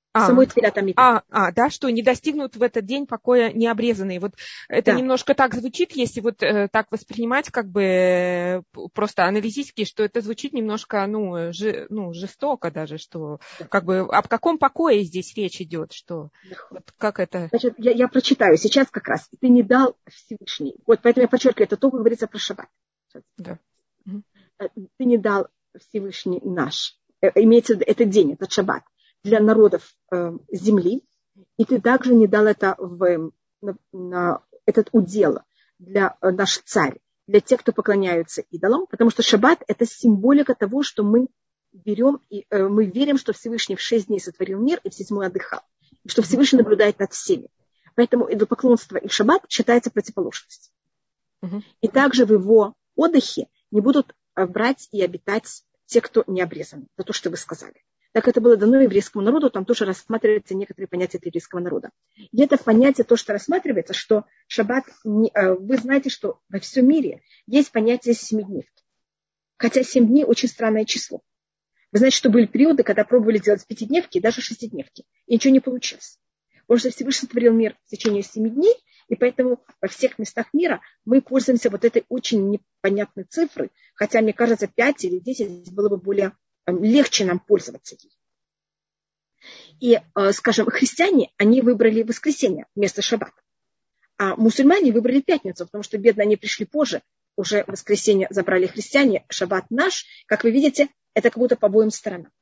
самой Тфилат Амида. Да, что не достигнут в этот день покоя необрезанные. Вот это немножко так звучит, если вот так воспринимать как бы просто аналитически, что это звучит немножко, жестоко даже, что как бы об каком покое здесь речь идет, что вот как это... Значит, я прочитаю сейчас как раз. Ты не дал Всевышний. Вот поэтому я подчеркиваю, это только говорится про шаббат. Да. Ты не дал Всевышний наш. Имеется в виду, это день, это шаббат. Для народов земли, и ты также не дал это на этот удел для наш царь, для тех, кто поклоняются идолам, потому что шаббат – это символика того, что мы берем, и мы верим, что Всевышний в 6 дней сотворил мир и в 7 отдыхал, и что Всевышний наблюдает над всеми. Поэтому идолопоклонство и шаббат считается противоположностью. И также в его отдыхе не будут брать и обитать те, кто не обрезаны, за то, что вы сказали. Так это было дано еврейскому народу, там тоже рассматриваются некоторые понятия еврейского народа. И это понятие, то, что рассматривается, что шаббат, вы знаете, что во всем мире есть понятие 7-дневки. Хотя 7 дней очень странное число. Вы знаете, что были периоды, когда пробовали делать 5-дневки и даже 6-дневки, и ничего не получилось. Потому что Всевышний сотворил мир в течение 7 дней, и поэтому во всех местах мира мы пользуемся вот этой очень непонятной цифрой, хотя, мне кажется, 5 или 10 было бы более легче нам пользоваться ей. И, скажем, христиане, они выбрали воскресенье вместо шаббата. А мусульмане выбрали пятницу, потому что, бедно, они пришли позже. Уже воскресенье забрали христиане, шаббат наш. Как вы видите, это как будто по обоим сторонам.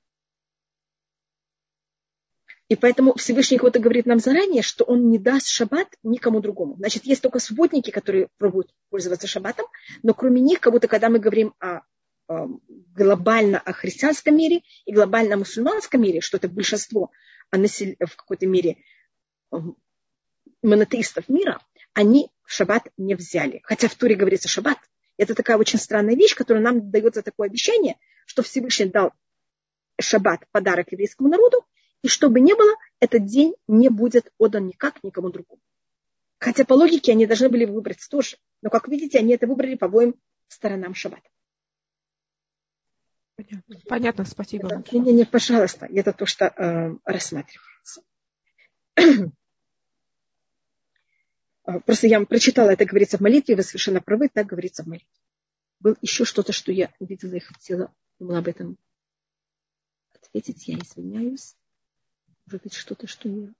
И поэтому Всевышний как-то говорит нам заранее, что он не даст шаббат никому другому. Значит, есть только субботники, которые пробуют пользоваться шаббатом, но кроме них, как будто когда мы говорим глобально о христианском мире и глобально о мусульманском мире, что это большинство в какой-то мере монотеистов мира, они шаббат не взяли. Хотя в Торе говорится шаббат. Это такая очень странная вещь, которая нам дается такое обещание, что Всевышний дал шаббат подарок еврейскому народу, и что бы ни было, этот день не будет отдан никак никому другому. Хотя по логике они должны были выбрать тоже. Но, как видите, они это выбрали по обоим сторонам шаббата. Понятно, спасибо. Не, пожалуйста, это то, что рассматривается. Просто я вам прочитала, это говорится в молитве, вы совершенно правы, так говорится в молитве. Было еще что-то, что я видела и хотела об этом ответить, я извиняюсь. Может быть, что-то, что я...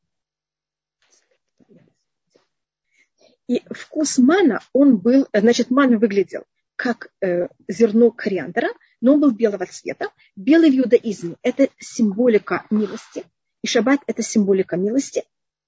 И вкус мана, он был, значит, ман выглядел как зерно кориандра, но он был белого цвета. Белый в иудаизме – это символика милости, и шаббат – это символика милости.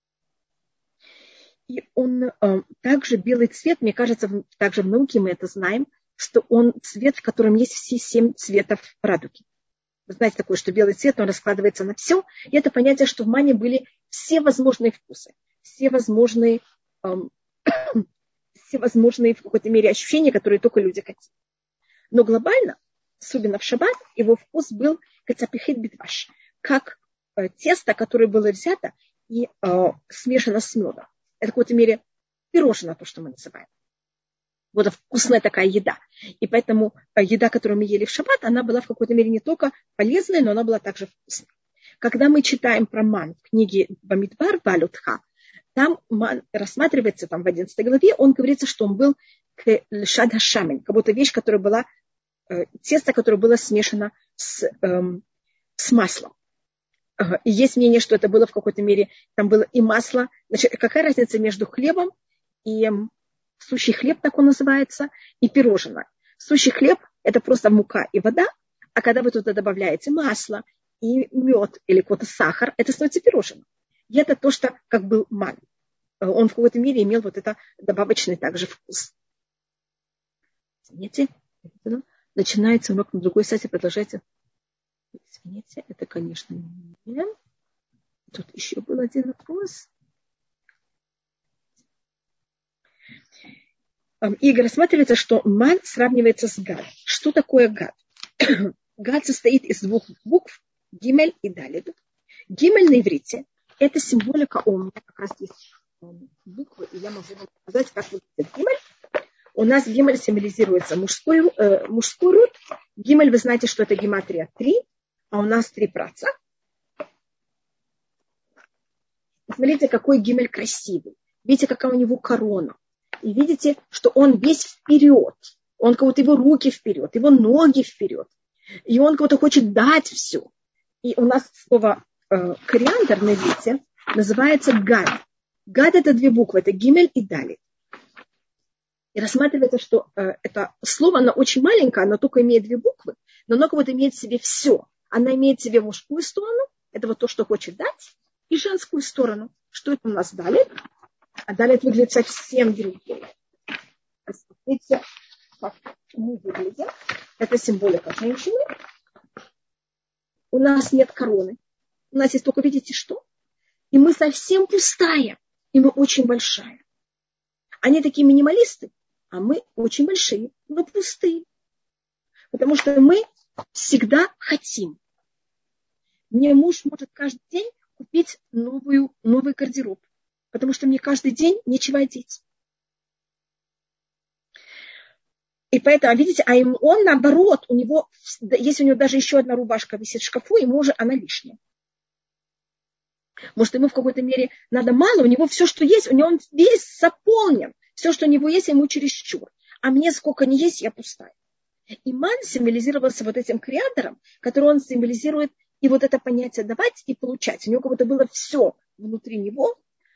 И он также белый цвет, мне кажется, также в науке мы это знаем, что он цвет, в котором есть все 7 цветов радуги. Вы знаете такое, что белый цвет, он раскладывается на все. И это понятие, что в мане были все возможные вкусы, все возможные в какой-то мере ощущения, которые только люди хотят. Но глобально, особенно в шаббат, его вкус был кацапихит битваш, как тесто, которое было взято и смешано с медом. Это в какой-то мере пирожное, то, что мы называем. Вот вкусная такая еда. И поэтому еда, которую мы ели в шаббат, она была в какой-то мере не только полезной, но она была также вкусной. Когда мы читаем про ман в книге Бамидбар Балютха, там ман рассматривается там, в 11 главе, он говорится, что он был шад хашамин, как будто вещь, которая была, тесто, которое было смешано с маслом. И есть мнение, что это было в какой-то мере, там было и масло. Значит, какая разница между хлебом и сущий хлеб, так он называется, и пирожное? Сущий хлеб – это просто мука и вода, а когда вы туда добавляете масло и мед или какой-то сахар, это становится пирожным. И это то, что как был ман. Он в какой-то мере имел вот это добавочный также вкус. Извините, начинается урок на другой сайте, продолжайте. Извините, это, конечно, не. Тут еще был один вопрос. И рассматривается, что ман сравнивается с гад. Что такое гад? Гад состоит из 2 букв, гимель и далид. Гимель на иврите – это символика, у меня как раз есть буквы, и я могу вам показать, как выглядит гимель. У нас гимель символизируется мужской род. Гимель, вы знаете, что это гематрия 3, а у нас 3 праца. смотрите, какой Гимель красивый. Видите, какая у него корона. И видите, что он весь вперед. Он как будто его руки вперед, его ноги вперед. И он как будто хочет дать все. И у нас слово кориандр на иврите называется гад. Гад это две буквы, это гимель и далит. И рассматривается, что это слово, оно очень маленькое, оно только имеет две буквы, но оно как будто имеет в себе все. Она имеет в себе мужскую сторону, это вот то, что хочет дать, и женскую сторону. Что это у нас далит? А далит выглядит совсем другим. Посмотрите, как мы выглядим. Это символика женщины. У нас нет короны. У нас есть только, видите, что? И мы совсем пустая, и мы очень большая. Они такие минималисты, а мы очень большие, но пустые. Потому что мы всегда хотим. Мне муж может каждый день купить новый гардероб, потому что мне каждый день нечего одеть. И поэтому, видите, он наоборот, если у него даже еще одна рубашка висит в шкафу, ему уже она лишняя. Может, ему в какой-то мере надо мало, у него все, что есть, у него он весь заполнен. Все, что у него есть, ему чересчур. А мне сколько не есть, я пустая. И ман символизировался вот этим креатором, который он символизирует и вот это понятие давать и получать. У него как будто было все внутри него.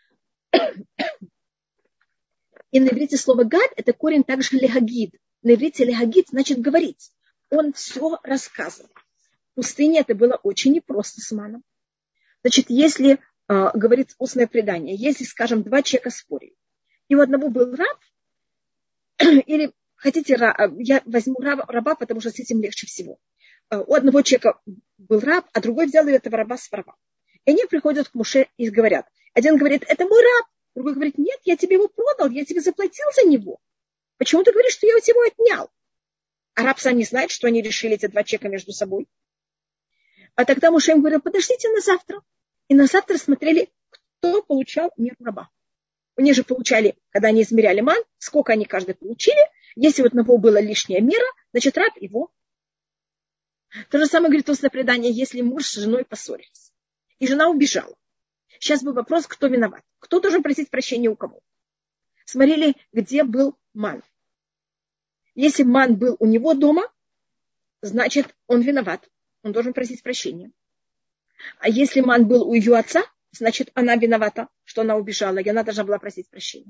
И на иврите слово гад – это корень также легагид. На иврите легагид значит говорить. Он все рассказывал. В пустыне это было очень непросто с маном. Значит, если говорит устное предание, если, скажем, два человека спорили, и у одного был раб, или хотите, я возьму раба, потому что с этим легче всего. У одного человека был раб, а другой взял этого раба с воровал. И они приходят к Моше и говорят, один говорит, это мой раб, другой говорит, нет, я тебе его продал, я тебе заплатил за него. Почему ты говоришь, что я у тебя его отнял? А раб сам не знает, что они решили эти два человека между собой. А тогда Моше им говорил, подождите на завтра. И на завтра смотрели, кто получал меру раба. Они же получали, когда они измеряли ман, сколько они каждый получили. Если у одного была лишняя мера, значит раб его. То же самое говорит устное предание, если муж с женой поссорились. И жена убежала. Сейчас был вопрос, кто виноват. Кто должен просить прощения у кого? Смотрели, где был ман. Если ман был у него дома, значит он виноват. Он должен просить прощения. А если ман был у ее отца, значит она виновата, что она убежала, и она должна была просить прощения.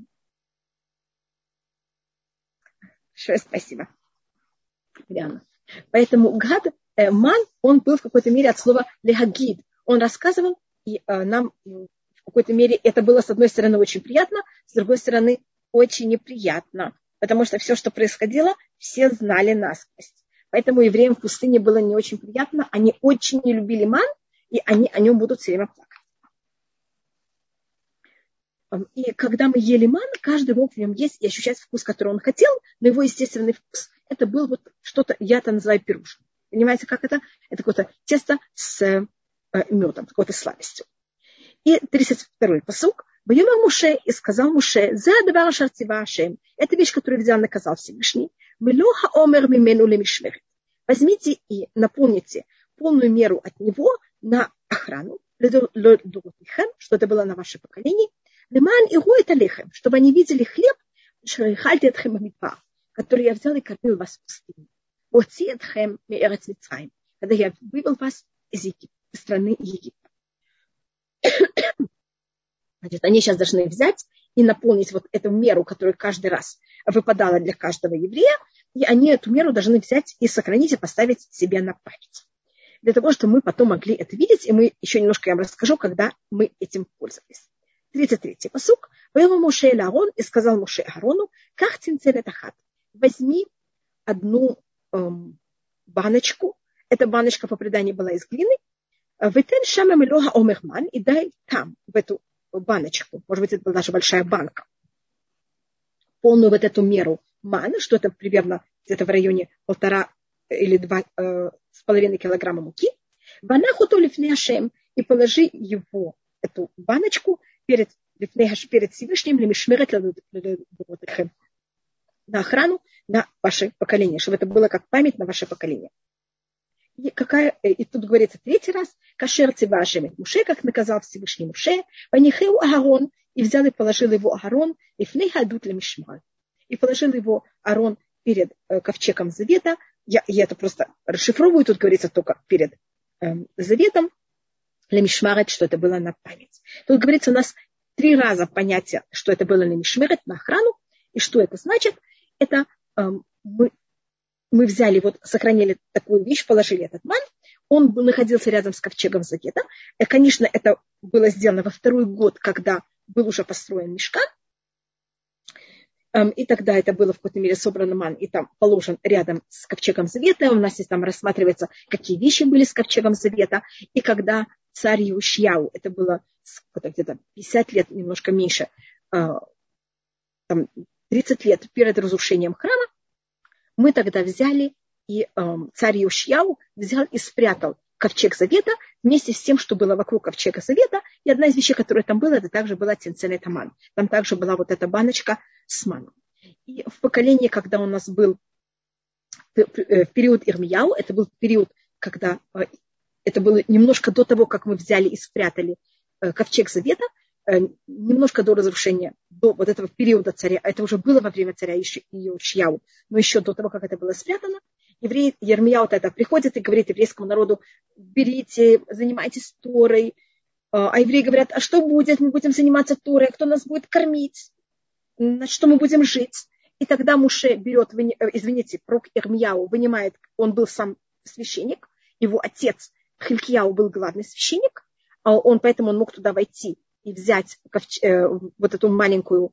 Большое спасибо. Диана. Поэтому ман, он был в какой-то мере от слова легагид. Он рассказывал, и нам в какой-то мере это было с одной стороны очень приятно, с другой стороны очень неприятно. Потому что все, что происходило, все знали насквозь. Поэтому евреям в пустыне было не очень приятно. Они очень не любили ман, и они о нем будут все время плакать. И когда мы ели ман, каждый мог в нем есть и ощущать вкус, который он хотел, но его естественный вкус, это был вот что-то, я это называю пирушем. Понимаете, как это? Это какое-то тесто с медом, с какой-то сладостью. И 32-й пасук. Вайомер Моше, и сказал Моше, «Зе адавар ашер цива Ашем». Это вещь, которую взял, наказал Всевышний. «Вело хаомер мимену лемишмерет». Возьмите и наполните полную меру от него на охрану, что это было на ваше поколение, леман и гуэт алехем, чтобы они видели хлеб, шерихальте этхем амидбар, который я взял и кормил вас в пустыне. Оци этхем меэрец Мицраим, когда я вывел вас из страны Египта. Значит, они сейчас должны взять и наполнить вот эту меру, которая каждый раз выпадала для каждого еврея, и они эту меру должны взять и сохранить, и поставить себе на память. Для того, чтобы мы потом могли это видеть, и мы еще немножко я вам расскажу, когда мы этим пользовались. 33-й пасук. «Ваёвер Моше эль Аарон», и сказал Моше Аарону, «Ках цинцель этахат». Возьми одну баночку, эта баночка по преданию была из глины, «Вэтен шама мелоха омерман», и дай там, в эту баночку, может быть, это была даже большая банка, полную вот эту меру мана, что это примерно где-то в районе 1,5 или 2,5 килограмма муки, ванахуту лифней Ашем, и положи его, эту баночку, перед Всевышним, на охрану, на ваше поколение, чтобы это было как память на ваше поколение. И тут говорится третий раз, кашер цивашем Муше, как наказал Всевышний Муше, ванихеу Аарон, и взял и положил его Аарон, и фней хадут лемишмар. И положил его Аарон перед ковчегом завета. Я это просто расшифровываю, тут говорится только перед заветом, лемишмарет, что это было на память. Тут говорится у нас 3 раза понятие, что это было лемишмарет, на охрану, и что это значит. Это мы взяли, вот сохранили такую вещь, положили этот ман, он находился рядом с ковчегом завета. И, конечно, это было сделано во 2-й год, когда был уже построен мишкан. И тогда это было в какой-то мере собрано ман, и там положен рядом с ковчегом завета. У нас здесь там рассматривается, какие вещи были с ковчегом завета. И когда царь Йошияу, это было где-то 50 лет, немножко меньше, там 30 лет перед разрушением храма, мы тогда взяли, и царь Йошияу взял и спрятал ковчег завета вместе с тем, что было вокруг ковчега завета. И одна из вещей, которая там была, это также была тинцелет аман. Там также была вот эта баночка с маном. И в поколении, когда у нас был в период Ирмияу, это был период, когда это было немножко до того, как мы взяли и спрятали ковчег завета, немножко до разрушения, до вот этого периода царя, это уже было во время царя Йошияу, но еще до того, как это было спрятано, евреи, Йермияу тогда приходит и говорит еврейскому народу: берите, занимайтесь Торой. А евреи говорят: а что будет? Мы будем заниматься Торой, кто нас будет кормить? На что мы будем жить? И тогда Муше берет, пророк Йермияу вынимает, он был сам священник, его отец Хилкияу был главный священник, поэтому он мог туда войти и взять вот эту маленькую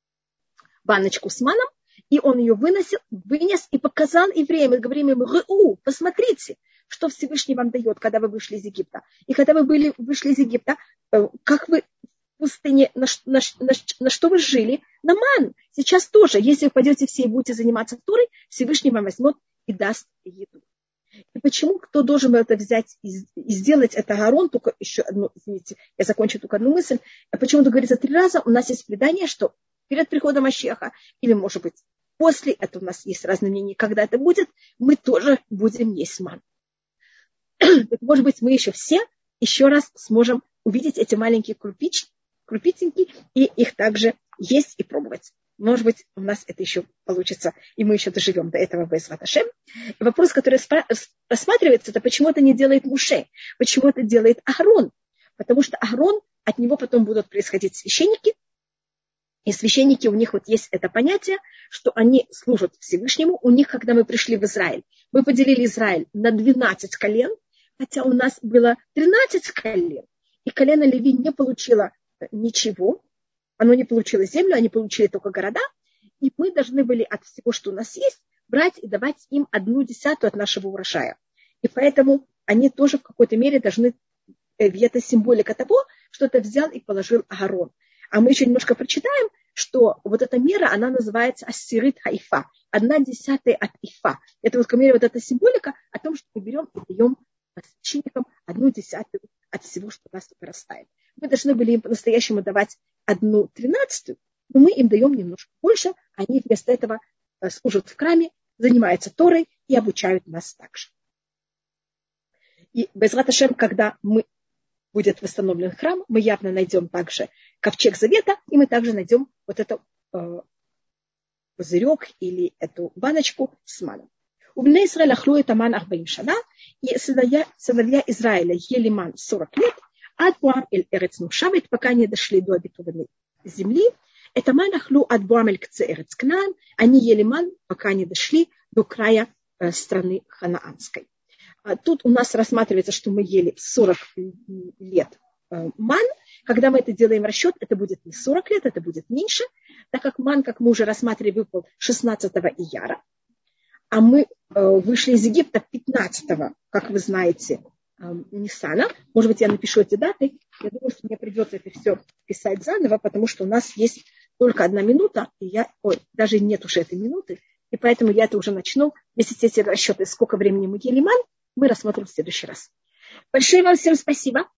баночку с маном, и он ее вынес и показал евреям, и говорим им: посмотрите, что Всевышний вам дает, когда вы вышли из Египта. И когда вы вышли из Египта, как вы в пустыне, на что вы жили? На ман. Сейчас тоже, если вы пойдете все и будете заниматься Торой, Всевышний вам возьмет и даст еду. И почему кто должен это взять и сделать это Аарон? Только еще одну, извините, я закончу только одну мысль. Почему-то говорится 3 раза. У нас есть предание, что перед приходом Машиаха, или, может быть, после, это у нас есть разные мнения, когда это будет, мы тоже будем есть ман. Так, может быть, мы еще раз сможем увидеть эти маленькие крупички и их также есть и пробовать. Может быть, у нас это еще получится, и мы еще доживем до этого Бе'эзрат Ашем. Вопрос, который рассматривается, это почему это не делает Муше, почему это делает Аарон. Потому что Аарон, от него потом будут происходить священники, и священники, у них вот есть это понятие, что они служат Всевышнему. У них, когда мы пришли в Израиль, мы поделили Израиль на 12 колен, хотя у нас было 13 колен, и колено Леви не получило ничего. Оно не получило землю, они получили только города. И мы должны были от всего, что у нас есть, брать и давать им 1/10 от нашего урожая. И поэтому они тоже в какой-то мере должны, это символика того, что это взял и положил Аарон. А мы еще немножко прочитаем, что вот эта мера, она называется ассирит хаифа, 1/10 от ифа. Это вот, вот эта символика о том, что мы берем и даем священникам 1/10 от всего, что у нас вырастает. Мы должны были им по-настоящему давать 1/13, но мы им даем немножко больше, они вместо этого служат в храме, занимаются Торой и обучают нас также. И Бе'эзрат Ашем, когда будет восстановлен храм, мы явно найдем также ковчег завета, и мы также найдем вот этот пузырек или эту баночку с маном. У Бней Исраэль ахлу это ман 40 шана, и сыновья Израиля ели ман 40 лет, ад буам эль эрец нушавит, пока не дошли до обетованной земли. Это ман ахлу ад буам эль кце эрец Кнаан, они ели ман, пока не дошли до края страны ханаанской. Тут у нас рассматривается, что мы ели 40 лет ман. Когда мы это делаем расчет, это будет не 40 лет, это будет меньше, так как ман, как мы уже рассматривали, выпал 16 ияра, а мы вышли из Египта 15, как вы знаете, Ниссана. Может быть, я напишу эти даты. Я думаю, что мне придется это все писать заново, потому что у нас есть только 1 минута, и даже нет уже этой минуты, и поэтому я это уже начну. Если эти расчеты, сколько времени мы ели ман, мы рассмотрим в следующий раз. Большое вам всем спасибо.